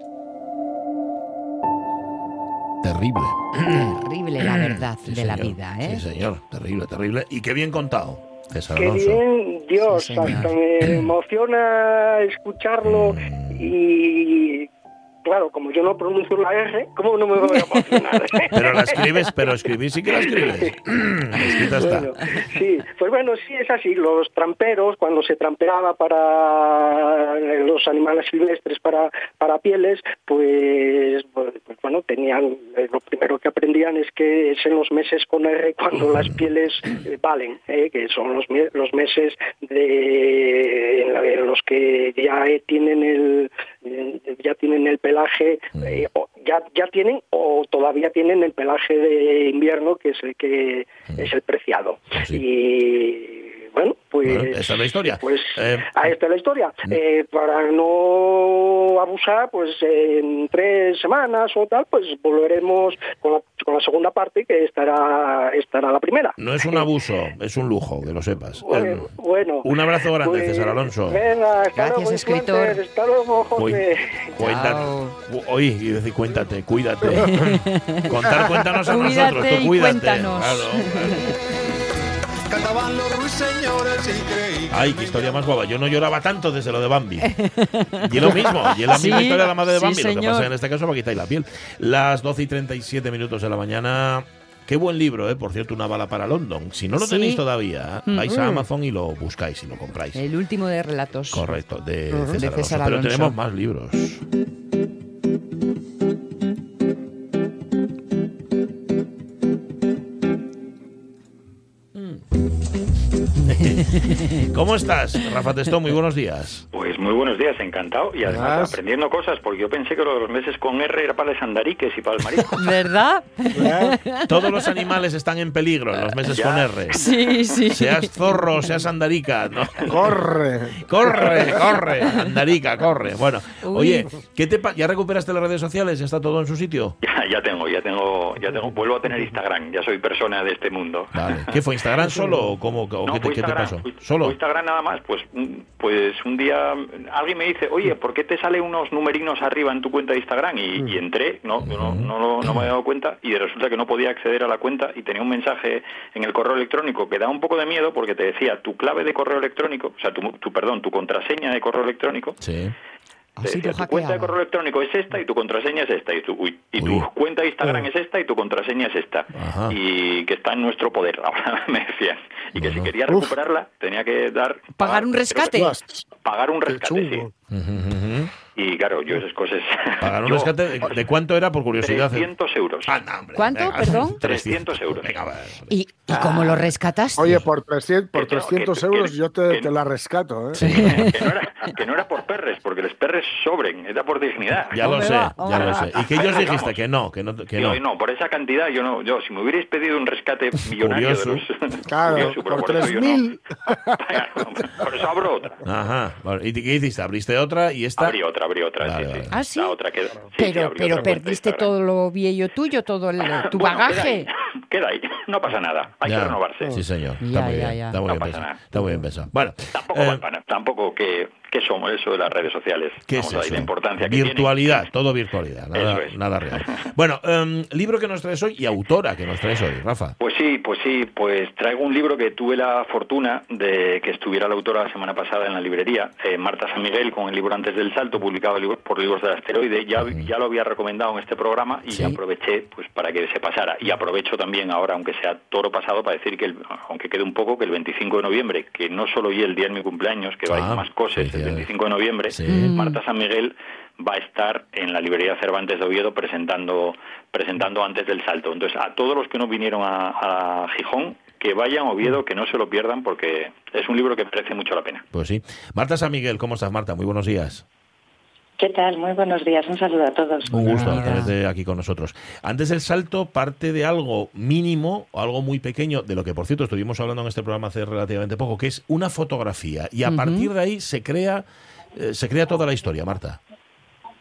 Terrible. Terrible la verdad Sí, de la señor. vida, ¿eh? Sí, señor. Terrible, terrible. Y qué bien contado, César Qué Alonso. bien, Dios, Sí, señor. hasta me emociona escucharlo y claro, como yo no pronuncio la R, ¿cómo no me voy a emocionar? Pero la escribes, pero escribir sí que la escribes. Escrita está. Bueno, sí, pues bueno, sí es así. Los tramperos, cuando se trampeaba para los animales silvestres para, para pieles, pues, pues, pues bueno, tenían, eh, lo primero que aprendían es que es en los meses con R cuando las pieles eh, valen, eh, que son los, me- los meses de en la- en los que ya eh, tienen el eh, ya tienen el pelaje, eh, o ya ya tienen o todavía tienen el pelaje de invierno, que es el que es el preciado. Sí. Y bueno, pues Bueno, esa es la historia. Pues Eh, ahí está la historia. Eh, para no abusar, pues en tres semanas o tal, pues volveremos con la, con la segunda parte, que estará estará la primera. No es un abuso, es un lujo, que lo sepas. Bueno, Eh, bueno, un abrazo grande, pues, César Alonso. Venga, hasta Gracias, luego, escritor. influencer, hasta luego, José. Cuéntate. Oye, y decir, cuéntate, cuídate. Contar, cuéntanos a Cuídate nosotros, tú y cuídate. cuéntanos. Claro, claro. Cantaban los ruiseñores y creí que Ay, qué historia más guapa. Yo no lloraba tanto desde lo de Bambi. Y es lo mismo, y es la misma Sí, historia de la madre de sí, Bambi. Lo que señor. pasa en este caso va a quitar la piel. Las doce y treinta y siete minutos de la mañana. Qué buen libro, ¿eh? Por cierto, Una bala para London. Si no lo Sí. tenéis todavía, Mm. vais a Amazon y lo buscáis y lo compráis. El último de relatos. Correcto, de Ujú. César, De César Alonso. Alonso. Pero tenemos más libros. ¿Cómo estás, Rafa Testón? Muy buenos días. Pues muy buenos días, encantado. Y además Buenas. aprendiendo cosas, porque yo pensé que lo de los meses con R era para los andariques y para el marisco. ¿Verdad? Todos los animales están en peligro en los meses Ya. con R. Sí, sí. Seas zorro, seas andarica, ¿no? ¡Corre! Corre, corre, andarica, corre. Bueno, Uy. oye, ¿qué te pa- ¿ya recuperaste las redes sociales? ¿Ya está todo en su sitio? Ya, ya tengo, ya tengo, ya tengo, vuelvo a tener Instagram, ya soy persona de este mundo. Vale. ¿Qué fue, Instagram solo o cómo, o No, qué, te, fue qué te Instagram, pasó? fue- ¿Solo? fue Instagram nada más, pues, mm, pues un día alguien me dice, oye, ¿por qué te salen unos numerinos arriba en tu cuenta de Instagram? Y, y entré, no, no, no, no, no me había dado cuenta y resulta que no podía acceder a la cuenta y tenía un mensaje en el correo electrónico que da un poco de miedo porque te decía tu clave de correo electrónico, o sea, tu, tu perdón, tu contraseña de correo electrónico. Sí. Te Así decía, lo tu cuenta de hackeaba. correo electrónico es esta y tu contraseña es esta y tu, uy, y tu Uy. cuenta de Instagram Uy. es esta y tu contraseña es esta Ajá. y que está en nuestro poder ahora me decían y que Bueno. si quería Uf. recuperarla tenía que dar Pagar un creo que- rescate. Dios, pagar un qué rescate sí. chungo. Ujú, ujú. Y claro, yo esas cosas Pagar un yo- rescate, ¿de, de cuánto era, por curiosidad? trescientos euros. Ah, no, hombre, ¿Cuánto, venga, perdón? trescientos euros. Venga, va. ¿Y, y cómo lo rescataste? Oye, por trescientos, por Que no, trescientos que- euros que- yo te, que- te la rescato, ¿eh? que, no era, que no era por perres, porque los perres sobren, era por dignidad. Ya lo Hombre, sé, va, ya hombre, lo va. sé. ¿Y que ellos Vamos. dijiste? Que no, que no. Que Digo, no. no, por esa cantidad yo no, yo si me hubierais pedido un rescate millonario Curioso. de los Claro, curioso, pero por eso tres yo no. mil. Por eso abro otra. Ajá. Vale. ¿Y qué hiciste? ¿Abriste otra y esta? Abrí otra, abrí otra, Vale, sí, vale. sí. ¿Ah, sí? La otra queda. sí, sí, pero abrí pero otra cuenta perdiste Instagram. todo lo viejo tuyo, todo el, tu Bueno, bagaje. Queda ahí, queda ahí, no pasa nada, hay Ya. que renovarse. Sí, señor. Está Ya, muy ya, bien. ya. Está muy No bien pasa pensado. nada. Está muy bien pensado. Bueno, Tampoco, eh, bueno, tampoco que, que somos eso de las redes sociales. ¿qué Vamos es a ver eso? la importancia que Virtualidad, tienen. todo virtualidad, nada, Eso es. nada real. Bueno, em, libro que nos traes hoy y autora que nos traes hoy, Rafa. Pues sí, pues sí, pues traigo un libro que tuve la fortuna de que estuviera la autora la semana pasada en la librería, eh, Marta San Miguel, con el libro Antes del Salto, publicado libro- por Libros del Asteroide. Ya, ya lo había recomendado en este programa y Sí. aproveché pues para que se pasara. Y aprovecho también ahora, aunque sea toro pasado, para decir que, el, aunque quede un poco, que el veinticinco de noviembre, que no solo hoy el día de mi cumpleaños, que va a Ah, ir más cosas, el felicidades. veinticinco de noviembre, Sí. Marta San Miguel va a estar en la librería Cervantes de Oviedo presentando presentando Antes del Salto. Entonces, a todos los que no vinieron a, a Gijón, que vayan a Oviedo, que no se lo pierdan, porque es un libro que merece mucho la pena. Pues sí. Marta San Miguel, ¿cómo estás, Marta? Muy buenos días. ¿Qué tal? Muy buenos días. Un saludo a todos. Un gusto Mira. tenerte aquí con nosotros. Antes del salto parte de algo mínimo o algo muy pequeño, de lo que por cierto estuvimos hablando en este programa hace relativamente poco, que es una fotografía. Y a Ujú. partir de ahí se crea, eh, se crea toda la historia, Marta.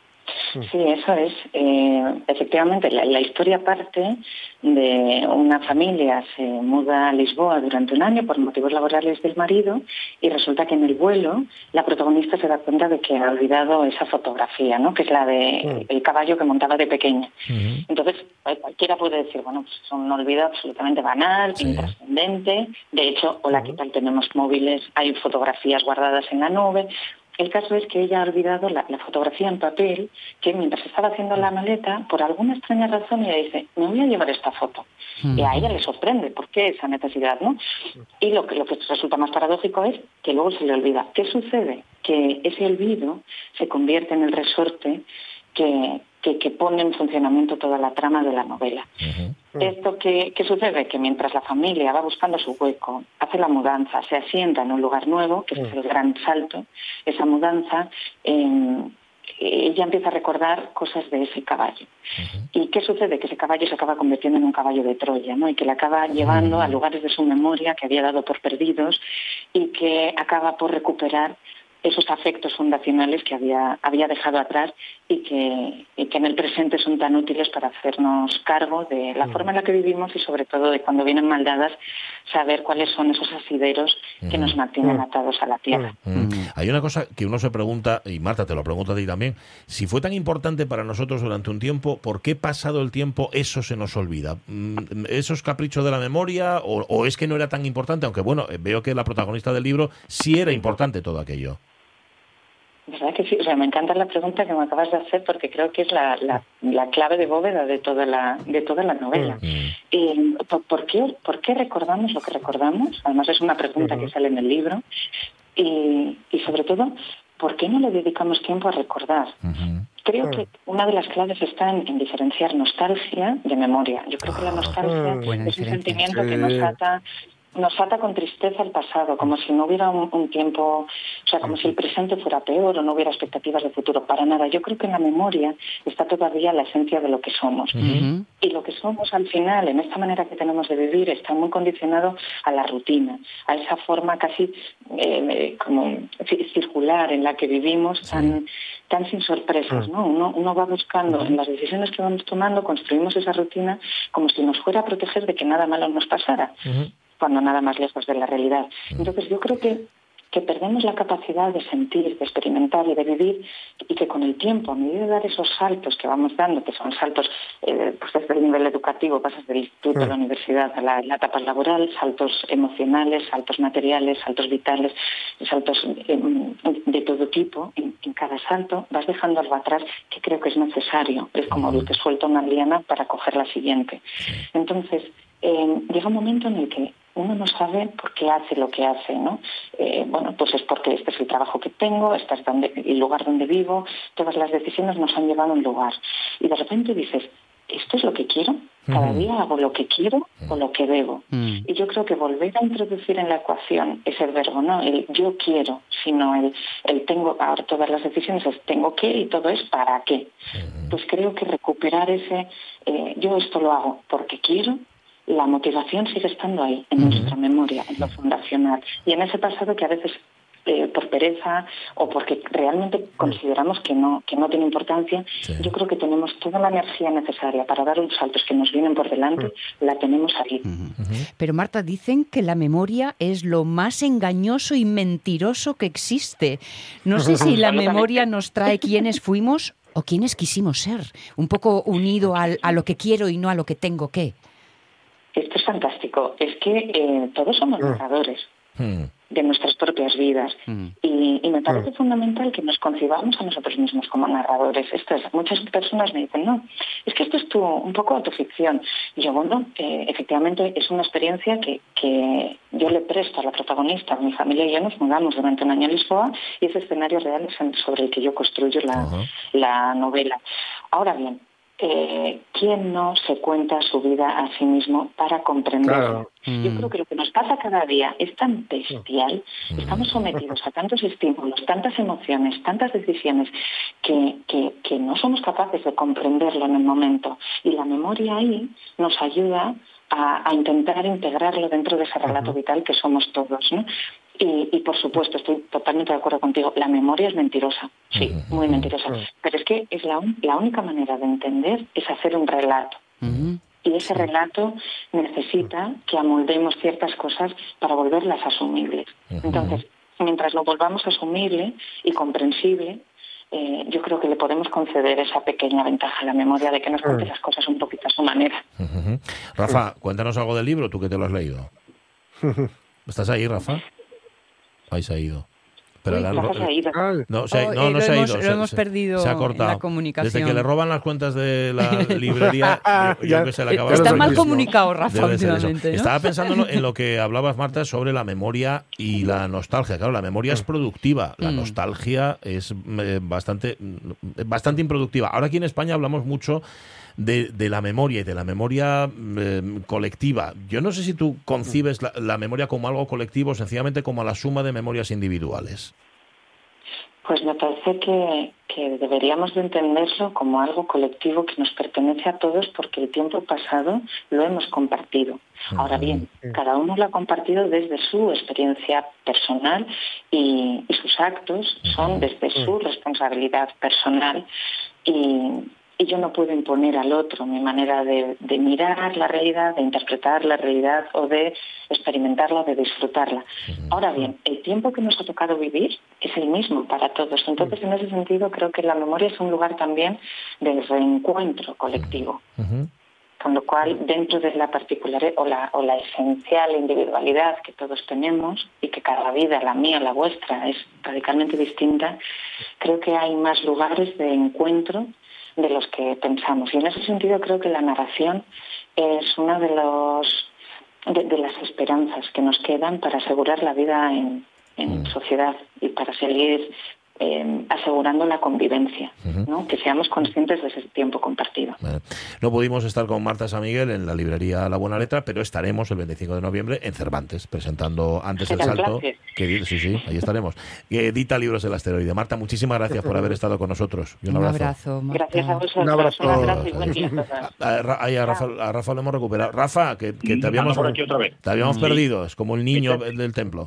Sí, eso es. Eh, efectivamente, la, la historia parte de una familia se muda a Lisboa durante un año por motivos laborales del marido y resulta que en el vuelo la protagonista se da cuenta de que ha olvidado esa fotografía, ¿no? Que es la de el caballo que montaba de pequeña. Uh-huh. Entonces, cualquiera puede decir, bueno, pues es un olvido absolutamente banal, sí. intrascendente. De hecho, hola, ¿qué tal? Tenemos móviles, hay fotografías guardadas en la nube. El caso es que ella ha olvidado la, la fotografía en papel, que mientras estaba haciendo la maleta, por alguna extraña razón, ella dice, me voy a llevar esta foto. Mm. Y a ella le sorprende, ¿por qué esa necesidad, no? Y lo que, lo que resulta más paradójico es que luego se le olvida. ¿Qué sucede? Que ese olvido se convierte en el resorte que, que, que pone en funcionamiento toda la trama de la novela. Uh-huh. ¿Esto qué, qué sucede? Que mientras la familia va buscando su hueco, hace la mudanza, se asienta en un lugar nuevo, que uh-huh. es el gran salto, esa mudanza, eh, ella empieza a recordar cosas de ese caballo. Uh-huh. ¿Y qué sucede? Que ese caballo se acaba convirtiendo en un caballo de Troya, ¿no? Y que le acaba llevando uh-huh. a lugares de su memoria que había dado por perdidos y que acaba por recuperar esos afectos fundacionales que había, había dejado atrás y que, y que en el presente son tan útiles para hacernos cargo de la mm. forma en la que vivimos y sobre todo de cuando vienen mal dadas, saber cuáles son esos asideros que mm. nos mantienen mm. atados a la tierra. Mm. Mm. Hay una cosa que uno se pregunta, y Marta te lo pregunto a ti también, si fue tan importante para nosotros durante un tiempo, ¿por qué pasado el tiempo eso se nos olvida? ¿Eso es capricho de la memoria o, o es que no era tan importante? Aunque bueno, veo que la protagonista del libro sí era importante todo aquello. ¿Verdad que sí? O sea, me encanta la pregunta que me acabas de hacer porque creo que es la, la, la clave de bóveda de toda la, de toda la novela. Mm. Y, ¿por, por, qué, ¿Por qué recordamos lo que recordamos? Además es una pregunta uh-huh. que sale en el libro. Y, y sobre todo, ¿por qué no le dedicamos tiempo a recordar? Uh-huh. Creo uh-huh. que una de las claves está en, en diferenciar nostalgia de memoria. Yo creo que la nostalgia uh-huh. es un sentimiento sí. que nos ata... nos ata con tristeza el pasado, como si no hubiera un, un tiempo, o sea, como si el presente fuera peor o no hubiera expectativas de futuro, para nada. Yo creo que en la memoria está todavía la esencia de lo que somos. Uh-huh. Y lo que somos al final, en esta manera que tenemos de vivir, está muy condicionado a la rutina, a esa forma casi eh, como circular en la que vivimos, sí. tan, tan sin sorpresas, ¿no? Uno, uno va buscando, uh-huh. en las decisiones que vamos tomando, construimos esa rutina como si nos fuera a proteger de que nada malo nos pasara. Uh-huh. Cuando nada más lejos de la realidad. Entonces yo creo que, que perdemos la capacidad de sentir, de experimentar y de vivir, y que con el tiempo, a medida de dar esos saltos que vamos dando, que son saltos eh, pues desde el nivel educativo, pasas del instituto a la universidad, a la, la etapa laboral, saltos emocionales, saltos materiales, saltos vitales, saltos eh, de todo tipo, en, en cada salto vas dejando algo atrás que creo que es necesario. Es como el que suelta una liana para coger la siguiente. Entonces, eh, llega un momento en el que uno no sabe por qué hace lo que hace, ¿no? Eh, bueno, pues es porque este es el trabajo que tengo, este es donde, el lugar donde vivo, todas las decisiones nos han llevado a un lugar. Y de repente dices, ¿esto es lo que quiero? ¿Cada día hago lo que quiero o lo que debo? Uh-huh. Y yo creo que volver a introducir en la ecuación ese verbo, no el yo quiero, sino el, el tengo, ahora todas las decisiones es tengo que y todo es para qué. Uh-huh. Pues creo que recuperar ese, eh, yo esto lo hago porque quiero, la motivación sigue estando ahí, en uh-huh. nuestra memoria, en lo fundacional. Y en ese pasado que a veces, eh, por pereza o porque realmente consideramos que no, que no tiene importancia, sí. yo creo que tenemos toda la energía necesaria para dar los saltos que nos vienen por delante, uh-huh. la tenemos ahí. Uh-huh. Pero Marta, dicen que la memoria es lo más engañoso y mentiroso que existe. No sé si la memoria nos trae quiénes fuimos o quiénes quisimos ser, un poco unido al, a lo que quiero y no a lo que tengo que. Esto es fantástico. Es que eh, todos somos narradores mm. de nuestras propias vidas. Mm. Y, y me parece mm. fundamental que nos concibamos a nosotros mismos como narradores. Esto es, muchas personas me dicen, no, es que esto es tu, un poco autoficción. Y yo, bueno, eh, efectivamente es una experiencia que, que yo le presto a la protagonista. Mi familia y yo nos mudamos durante un año a Lisboa y ese escenario real es sobre el que yo construyo la, uh-huh. la novela. Ahora bien, Eh, ¿quién no se cuenta su vida a sí mismo para comprenderlo? Claro. Mm. Yo creo que lo que nos pasa cada día es tan bestial, mm. estamos sometidos a tantos estímulos, tantas emociones, tantas decisiones, que, que, que no somos capaces de comprenderlo en el momento. Y la memoria ahí nos ayuda a, a intentar integrarlo dentro de ese relato uh-huh. vital que somos todos, ¿no? Y, y por supuesto, estoy totalmente de acuerdo contigo, la memoria es mentirosa, sí, muy mentirosa. Pero es que es la, la única manera de entender es hacer un relato. Uh-huh. Y ese relato necesita que amoldemos ciertas cosas para volverlas asumibles. Uh-huh. Entonces, mientras lo volvamos asumible y comprensible, eh, yo creo que le podemos conceder esa pequeña ventaja a la memoria de que nos cuente las cosas un poquito a su manera. Uh-huh. Rafa, cuéntanos algo del libro, tú que te lo has leído. ¿Estás ahí, Rafa? Ahí se ha ido. Pero Uy, la, Rafa se ha ido. No, se, oh, no, eh, no lo se ha hemos, ido. Lo se, hemos perdido se ha cortado. en la comunicación. Desde que le roban las cuentas de la librería, yo, yo que se le acaba Está de mal comunicado, Rafa, últimamente, ¿no? Estaba pensando en lo, en lo que hablabas, Marta, sobre la memoria y la nostalgia. Claro, la memoria es productiva, la mm. nostalgia es eh, bastante, bastante improductiva. Ahora aquí en España hablamos mucho De, de la memoria y de la memoria eh, colectiva. Yo no sé si tú concibes la, la memoria como algo colectivo, sencillamente como la suma de memorias individuales. Pues me parece que, que deberíamos de entenderlo como algo colectivo que nos pertenece a todos porque el tiempo pasado lo hemos compartido. Ahora bien, cada uno lo ha compartido desde su experiencia personal y, y sus actos son desde su responsabilidad personal y Y yo no puedo imponer al otro mi manera de, de mirar la realidad, de interpretar la realidad o de experimentarla, de disfrutarla. Ahora bien, el tiempo que nos ha tocado vivir es el mismo para todos. Entonces, en ese sentido, creo que la memoria es un lugar también de reencuentro colectivo. Uh-huh. Con lo cual, dentro de la particularidad o la, o la esencial individualidad que todos tenemos y que cada vida, la mía, la vuestra, es radicalmente distinta, creo que hay más lugares de encuentro de los que pensamos. Y en ese sentido creo que la narración es una de, los, de, de las esperanzas que nos quedan para asegurar la vida en, en mm. sociedad y para seguir eh, asegurando la convivencia, uh-huh. ¿no? Que seamos conscientes de ese tiempo compartido. Vale. No pudimos estar con Marta San Miguel en la librería La Buena Letra, pero estaremos el veinticinco de noviembre en Cervantes, presentando Antes el Salto. Que, sí, sí, ahí estaremos. Que edita Libros del Asteroide. Marta, muchísimas gracias por haber estado con nosotros. Y un abrazo. Un abrazo, Marta. Gracias a vosotros. Un abrazo. Un abrazo y buen día. A, a, a, Rafa, a Rafa lo hemos recuperado. Rafa, que, que te habíamos, por aquí otra vez. Te habíamos sí. perdido. Es como el niño del templo.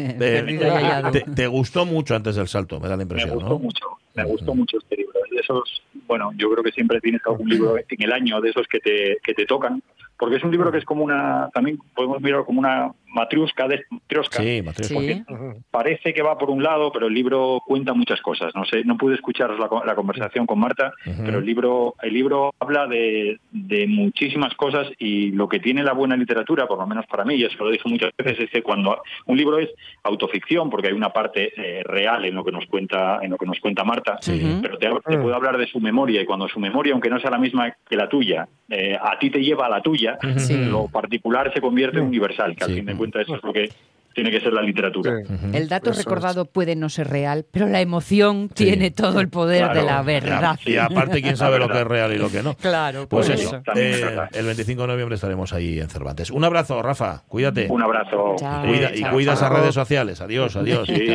Eh, te, te gustó mucho Antes del Salto, me da la impresión. Me gustó ¿no? mucho. Me gustó mucho este libro. De esos, bueno, yo creo que siempre tienes algún libro en el año de esos que te que te tocan, porque es un libro que es como una, también podemos mirar como una matriusca de matriosca. Sí, matriosca. Sí. Parece que va por un lado, pero el libro cuenta muchas cosas. No sé, no pude escuchar la, la conversación con Marta, uh-huh. pero el libro el libro habla de, de muchísimas cosas y lo que tiene la buena literatura, por lo menos para mí, y eso lo dije muchas veces, es que cuando un libro es autoficción, porque hay una parte eh, real en lo que nos cuenta en lo que nos cuenta Marta, sí. pero te, te puedo hablar de su memoria y cuando su memoria, aunque no sea la misma que la tuya, eh, a ti te lleva a la tuya, sí. lo particular se convierte en universal, que sí. al fin de cuentas eso es lo que tiene que ser la literatura. Sí. Uh-huh. El dato eso recordado es. Puede no ser real, pero la emoción sí. tiene todo el poder claro. de la verdad. Y aparte, quién sabe lo que es real y lo que no. Claro, pues por eso. eso. Eh, el veinticinco de noviembre estaremos ahí en Cervantes. Un abrazo, Rafa. Cuídate. Un abrazo. Chao. Cuida, y chao, cuida chao. Esas redes sociales. Adiós, adiós. Sí.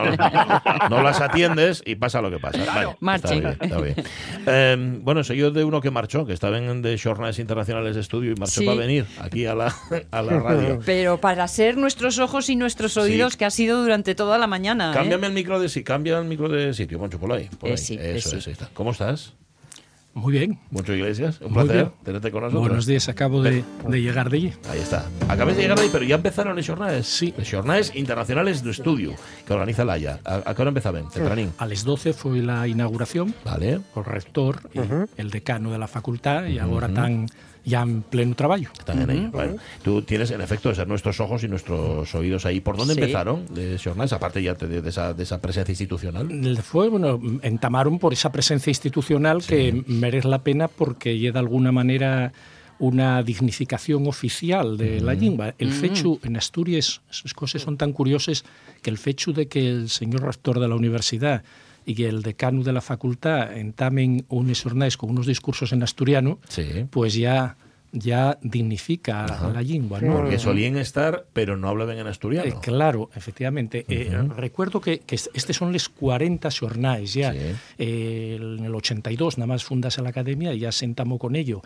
No, no las atiendes y pasa lo que pasa. Vale, Marche. Está bien, está bien. Eh, bueno, soy yo de uno que marchó, que estaba en de Jornades Internacionales de Estudio y marchó sí. para venir aquí a la, a la radio. Pero para ser nuestros ojos y nuestros oídos, sí. que ha sido durante toda la mañana. Cámbiame ¿eh? el micro de sí, cambia el micro de sitio, Moncho, por ahí. Por ahí. Eh, sí, eso, eh, eso, está. ¿Cómo estás? Muy bien. Moncho Iglesias, un Muy placer bien. tenerte con nosotros. Buenos días, acabo de, de llegar de allí. Ahí está. Acabas de llegar de allí, pero ya empezaron las jornadas. Sí. Las jornadas internacionales de estudio que organiza la Haya. ¿A, a qué hora empezaban? Tempranín. A las doce fue la inauguración. Vale. El rector y uh-huh. el decano de la facultad y ahora uh-huh. están ya en pleno trabajo. Están en uh-huh. ello. Bueno, tú tienes, en efecto, de ser nuestros ojos y nuestros oídos ahí. ¿Por dónde sí. empezaron de jornadas? Aparte ya de, de, esa, de esa presencia institucional. Fue, bueno, entamaron por esa presencia institucional sí. que merece la pena porque ya de alguna manera una dignificación oficial de uh-huh. la lengua. El uh-huh. fecho en Asturias, esas cosas son tan curiosas que el fecho de que el señor rector de la universidad y que el decano de la facultad entamen unas jornadas con unos discursos en asturiano, sí. pues ya, ya dignifica Ajá. la lengua, ¿no? Porque solían estar, pero no hablaban en asturiano. Eh, claro, efectivamente. Uh-huh. Eh, recuerdo que, que este son les cuarenta jornadas ya. Sí. Eh, en el ochenta y dos nada más fundase la academia y ya sentamos con ello.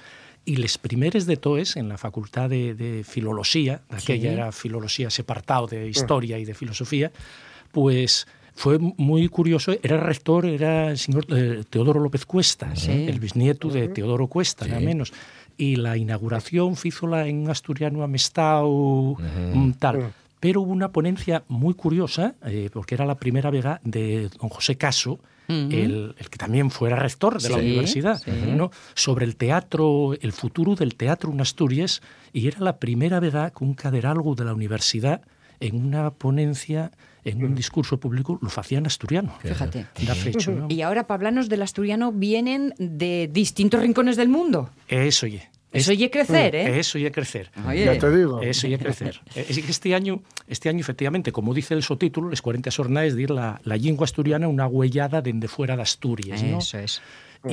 i les primeres de toes en la Facultad de, de Filología, aquella sí. era Filología separado de Historia uh. y de Filosofía, pues fue muy curioso. Era el rector, era el señor eh, Teodoro López Cuesta, sí. el bisnieto uh-huh. de Teodoro Cuesta, sí. nada menos. Y la inauguración fízola en asturiano amestao, uh-huh. tal. Uh-huh. Pero hubo una ponencia muy curiosa, eh, porque era la primera vega de don José Caso, uh-huh. el, el que también fuera rector de sí, la universidad, sí. ¿no? sobre el teatro, el futuro del teatro en Asturias, y era la primera vega que un caderalgo de la universidad en una ponencia, en un discurso público, lo hacía en asturiano. Fíjate. Da fecho, ¿no? Y ahora, para hablarnos del asturiano, vienen de distintos rincones del mundo. Eso, oye. Eso y crecer, ¿eh? Eso y crecer. Oye. Ya te digo. Eso y crecer. Este año, este año, efectivamente, como dice el subtítulo, les cuarenta jornadas de ir la, la lingua asturiana una huellada dende fuera de Asturias, ¿no? Eso es.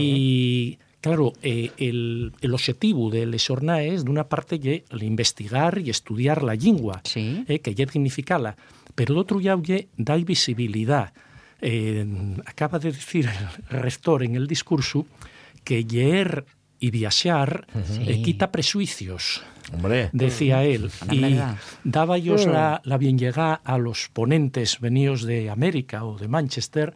Y, claro, eh, el, el objetivo de les jornadas, de una parte, es investigar y estudiar la lingua, sí. eh, que es significarla, pero de otro ya oye, da visibilidad. Eh, acaba de decir el rector en el discurso que leer y viaxar sí. eh, quita prejuicios, Hombre. decía él. La y verdad. daba ellos Mm. la, la bien llegada a los ponentes venidos de América o de Manchester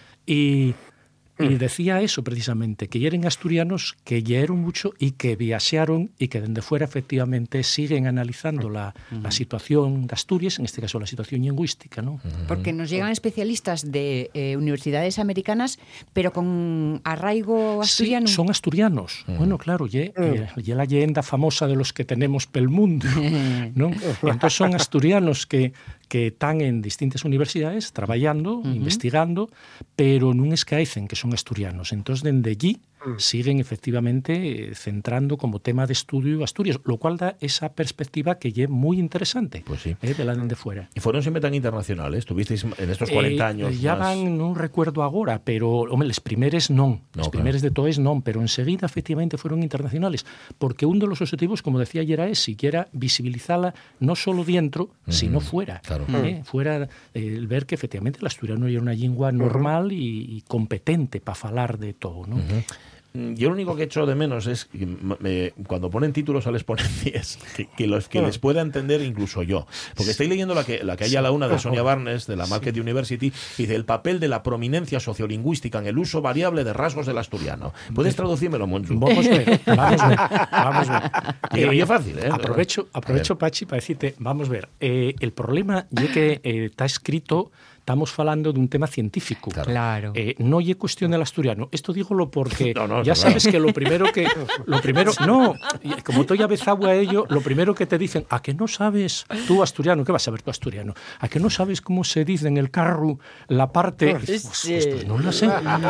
y, y decía eso precisamente, que eran asturianos que llegaron mucho y que viaxaron y que desde fuera efectivamente siguen analizando la, Mm. la situación de Asturias, en este caso la situación lingüística, ¿no? Porque nos llegan especialistas de eh, universidades americanas, pero con arraigo asturiano. Sí, son asturianos. Mm. Bueno, claro, y mm. la leyenda famosa de los que tenemos pel mundo, ¿no? Entonces son asturianos que, que están en distintas universidades trabajando, uh-huh. investigando, pero no escaecen que son asturianos. Entonces, desde allí mm. siguen efectivamente centrando como tema de estudio Asturias, lo cual da esa perspectiva que es muy interesante, pues sí. eh, de la de fuera. ¿Y fueron siempre tan internacionales? ¿Tuvisteis en estos cuarenta años? Eh, ya más... van, non recuerdo agora, pero, home, les primeres non. Les no, primeres claro. de todos non, pero enseguida efectivamente fueron internacionales, porque un de los objetivos, como decía ayer, es si quiera visibilizarla no solo dentro, uh-huh. sino fuera. Claro. Eh, fuera, eh, el ver que efectivamente el asturiano era una lingua normal uh-huh. y, y competente para falar de todo, ¿no? Uh-huh. Yo lo único que echo de menos es que me, cuando ponen títulos a las ponencias que, que los que les pueda entender incluso yo, porque estoy leyendo la que, la que hay a la una de Sonia Barnes de la Marquette University, y dice el papel de la prominencia sociolingüística en el uso variable de rasgos del asturiano. ¿Puedes traducírmelo, Monchu? Vamos a ver, vamos a ver, vamos a ver. Eh, es fácil, ¿eh? Aprovecho, aprovecho Pachi, para decirte, vamos a ver, eh, el problema es que eh, está escrito. Estamos hablando de un tema científico. Claro. Eh, no es cuestión del asturiano. Esto dígolo porque no, no, ya no, sabes no. que lo primero que... lo primero No, como tú ya ves agua a ello, lo primero que te dicen, ¿a que no sabes tú asturiano? ¿Qué vas a saber tú asturiano? ¿A que no sabes cómo se dice en el carro la parte...? Sí. Pues, pues, no lo sé.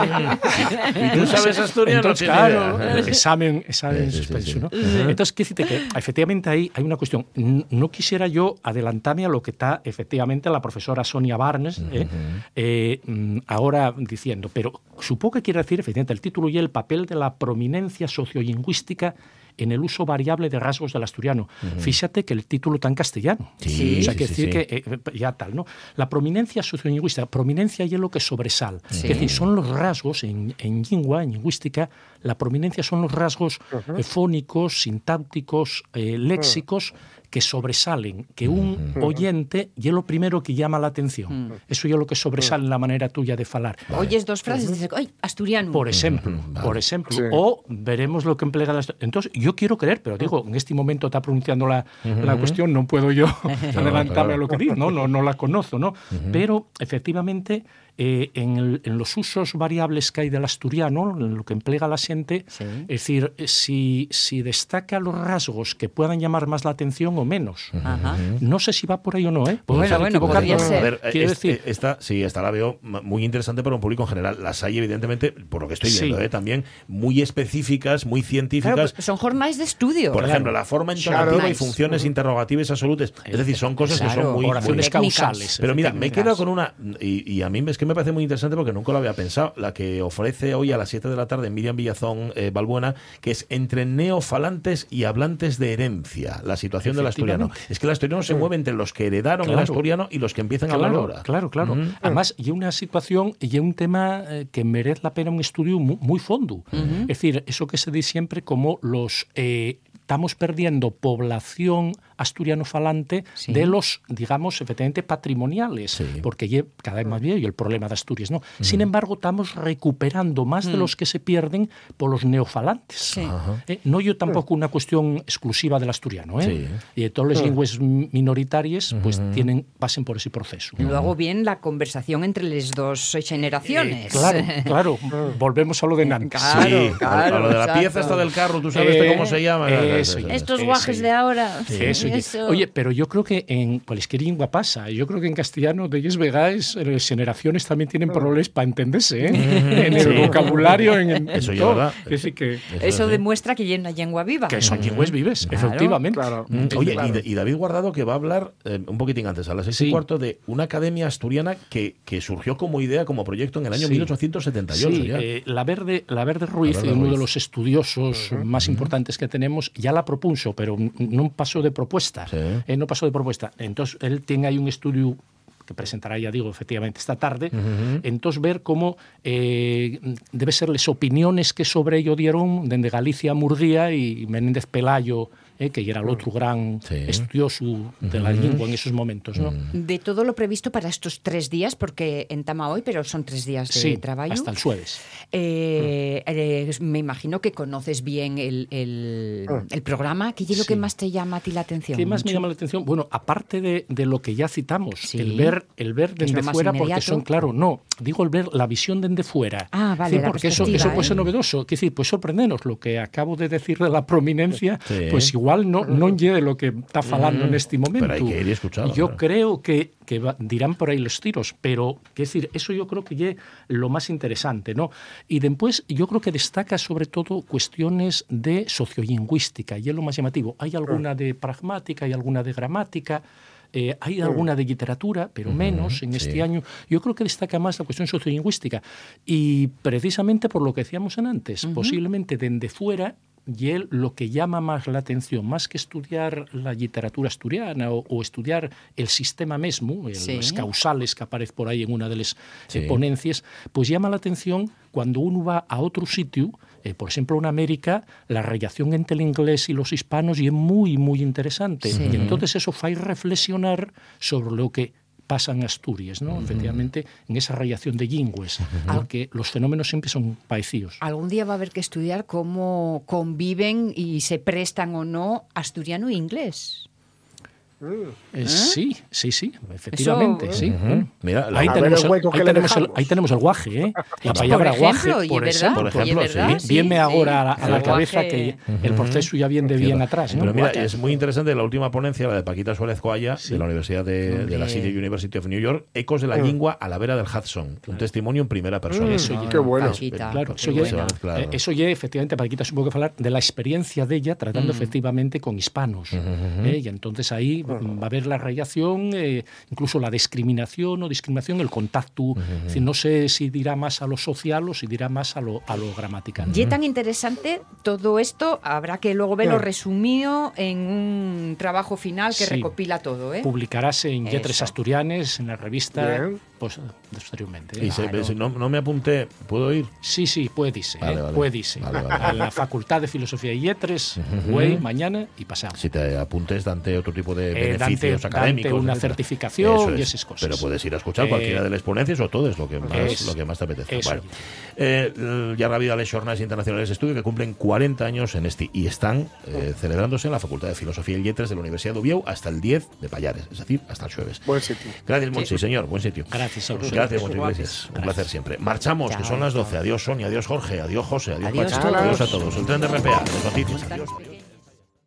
¿Y tú sabes asturiano? Entonces, claro, examen, examen sí, sí, suspenso, sí. ¿no? Uh-huh. Entonces, quiero decirte que efectivamente ahí hay una cuestión. No quisiera yo adelantarme a lo que está efectivamente la profesora Sonia Barnes, uh-huh. eh, eh, ahora diciendo, pero supongo que quiere decir, efectivamente, el título y el papel de la prominencia sociolingüística en el uso variable de rasgos del asturiano. Uh-huh. Fíjate que el título está en castellano. Sí, o sea, sí, que sí, decir sí. que eh, ya tal, ¿no? La prominencia sociolingüística, prominencia es lo que sobresal. Sí. Es decir, son los rasgos en, en lingua, en lingüística, la prominencia son los rasgos uh-huh. eh, fónicos, sintácticos, eh, léxicos, uh-huh. que sobresalen, que un uh-huh. oyente es lo primero que llama la atención. Uh-huh. Eso es lo que sobresale en la manera tuya de falar. Vale. Oyes dos frases y dices, ¡ay, asturiano! Por ejemplo, uh-huh. vale. por ejemplo. Sí. O veremos lo que emplea la... Entonces, yo quiero creer, pero digo, en este momento está pronunciando la, uh-huh. la cuestión, no puedo yo adelantarme claro. a lo que digo, no, no, no la conozco, ¿no? Uh-huh. Pero, efectivamente, eh, en, el, en los usos variables que hay del asturiano, en lo que emplea la gente, sí. es decir, si, si destaca los rasgos que puedan llamar más la atención o menos. Uh-huh. No sé si va por ahí o no, ¿eh? Bueno, bueno, podría ser. A ver, quiero este, decir... esta, sí, esta la veo muy interesante para un público en general. Las hay, evidentemente, por lo que estoy viendo, sí. ¿eh? También muy específicas, muy científicas. Claro, pues son jornales de estudio. Por claro. ejemplo, la forma entonativa claro. y funciones uh-huh. interrogativas absolutas. Es decir, son cosas claro, que son muy... oraciones muy causales. Pero mira, me he quedado con una, y, y a mí es que que me parece muy interesante porque nunca lo había pensado. La que ofrece hoy a las siete de la tarde Miriam Villazón eh, Balbuena, que es entre neofalantes y hablantes de herencia, la situación del asturiano. Es que el asturiano se mueve entre los que heredaron claro. el asturiano y los que empiezan claro, a hablar ahora. Claro, claro. Uh-huh. Además, y una situación y un tema eh, que merece la pena un estudio muy, muy fondo. Uh-huh. Es decir, eso que se dice siempre como los... Eh, estamos perdiendo población asturiano-falante sí. de los, digamos, efectivamente patrimoniales, sí. porque cada vez más viejo el problema de Asturias, ¿no? Mm. Sin embargo, estamos recuperando más mm. de los que se pierden por los neofalantes. Sí. Eh, no yo tampoco una cuestión exclusiva del asturiano, ¿eh? Sí. Y todas las lenguas minoritarias pues mm. tienen, pasen por ese proceso. Y luego bien la conversación entre las dos generaciones. Eh, claro, claro. Volvemos a lo de antes. Claro, sí, claro, a lo de la exacto. pieza esta del carro, ¿tú sabes eh, cómo se llama? Eh, Eso, Estos eso, guajes eso. de ahora. Sí. Eso, eso. Oye, pero yo creo que en cualquier lengua pasa. Yo creo que en castellano de ellos vegáis, las generaciones también tienen problemas para entenderse, ¿eh? En el sí. vocabulario, en, en eso todo. Verdad. Eso, que, eso, eso demuestra que hay una lengua viva. Que son lenguas vivas, claro, efectivamente. Claro. Oye, claro. y, y David Guardado que va a hablar eh, un poquitín antes, a las seis sí. y cuarto, de una academia asturiana que, que surgió como idea, como proyecto en el año sí. mil ochocientos setenta y ocho. Sí, ya. Eh, la Verde, la Verde Ruiz, la Verde uno Ruiz. de los estudiosos uh-huh. más uh-huh. importantes que tenemos, ya la propuso, pero no pasó de propuesta. Sí. Eh, no pasó de propuesta. Entonces, él tiene ahí un estudio que presentará, ya digo, efectivamente esta tarde, uh-huh. entonces ver cómo eh, debe ser las opiniones que sobre ello dieron desde Galicia a Murguía y Menéndez Pelayo, eh, que era el otro gran sí. estudioso de la uh-huh. lengua en esos momentos, ¿no? De todo lo previsto para estos tres días, porque en Tama hoy, pero son tres días de sí, trabajo. hasta el jueves. Eh, uh-huh. eh, me imagino que conoces bien el, el, uh-huh. el programa. ¿Qué es lo sí. que más te llama a ti la atención? ¿Qué más me llama la atención? Bueno, aparte de, de lo que ya citamos, sí. el ver el ver desde fuera, inmediato. Porque son, claro, no, digo el ver la visión desde fuera. Ah, vale, sí, porque eso, eso puede ser novedoso. Quiere decir, pues sorprendernos lo que acabo de decir de la prominencia, sí. pues igual no, no lleve lo que está falando mm, en este momento. Pero hay que ir y escucharlo. Yo ¿verdad? creo que, que va, dirán por ahí los tiros, pero quiero decir, eso yo creo que es lo más interesante, ¿no? Y después yo creo que destaca sobre todo cuestiones de sociolingüística, y es lo más llamativo. Hay alguna de pragmática, hay alguna de gramática, Eh, hay alguna de literatura, pero menos en este sí. año. Yo creo que destaca más la cuestión sociolingüística. Y precisamente por lo que decíamos antes, uh-huh. posiblemente desde fuera, y él lo que llama más la atención, más que estudiar la literatura asturiana o, o estudiar el sistema mismo, sí. los causales que aparece por ahí en una de las sí. eh, ponencias, pues llama la atención cuando uno va a otro sitio, eh, por ejemplo en América, la relación entre el inglés y los hispanos y es muy, muy interesante. Sí. Y entonces eso fa reflexionar sobre lo que pasa en Asturias, ¿no? Uh-huh. Efectivamente, en esa radiación de lingües, uh-huh. al que los fenómenos siempre son parecidos. Algún día va a haber que estudiar cómo conviven y se prestan o no asturiano e inglés. Eh, ¿Eh? Sí, sí, sí, efectivamente, Eso, sí. Uh-huh. Bueno, Mira, la, ahí, tenemos el, ahí, tenemos el, ahí tenemos el guaje, ¿eh? La palabra guaje, por ejemplo, por ejemplo sí. sí, viene ahora a, a la cabeza guaje. Que uh-huh. el proceso ya viene de bien atrás, ¿no? Pero mira, es muy interesante la última ponencia, la de Paquita Suárez Coalla, sí. de la Universidad de, de la City University of New York, Ecos de la uh-huh. lengua a la vera del Hudson, un testimonio en primera persona. Eso uh-huh. Qué bueno. Paquita, claro, eso ya, bueno. eh, eso ya efectivamente, Paquita supongo que hablar de la experiencia de ella tratando uh-huh. efectivamente con hispanos. Uh-huh. eh, y entonces ahí uh-huh. va a haber la radiación, eh, incluso la discriminación o discriminación, el contacto. Uh-huh. Es decir, no sé si dirá más a lo social o si dirá más a lo, a lo gramatical. Y es tan interesante todo esto, habrá que luego verlo resumido en un trabajo final que sí. recopila todo. ¿eh? Publicarás en Lletres Asturianes, en la revista, pues, posteriormente. ¿eh? Y claro. se, no, no me apunté, ¿puedo ir? Sí, sí, puede irse. Vale, ¿eh? vale. Puede irse. Vale, vale. A la Facultad de Filosofía y Lletres, uh-huh. hoy, mañana y pasado. Si te apuntes, dante otro tipo de eh, beneficios dante, académicos. Dante una etcétera. certificación es. y esas cosas. Pero puedes ir a escuchar eh, cualquiera de las ponencias o todo es lo que más, es, lo que más te apetece. Eso. Bueno, eh, ya ha habido las Jornadas Internacionales de Estudio que cumplen cuarenta años en este y están eh, celebrándose en la Facultad de Filosofía y Letras de la Universidad de Oviedo hasta el diez de Pallares, es decir, hasta el jueves. Buen sitio. Gracias, Monchi, sí. señor, buen sitio. Gracias a vosotros. Gracias, Monchi Iglesias. Un placer siempre. Marchamos, chao, que son las doce. Adiós, Sonia, adiós, Jorge, adiós, José, adiós, adiós, Pachi, adiós a todos. El tren de R P A, de noticias. Adiós.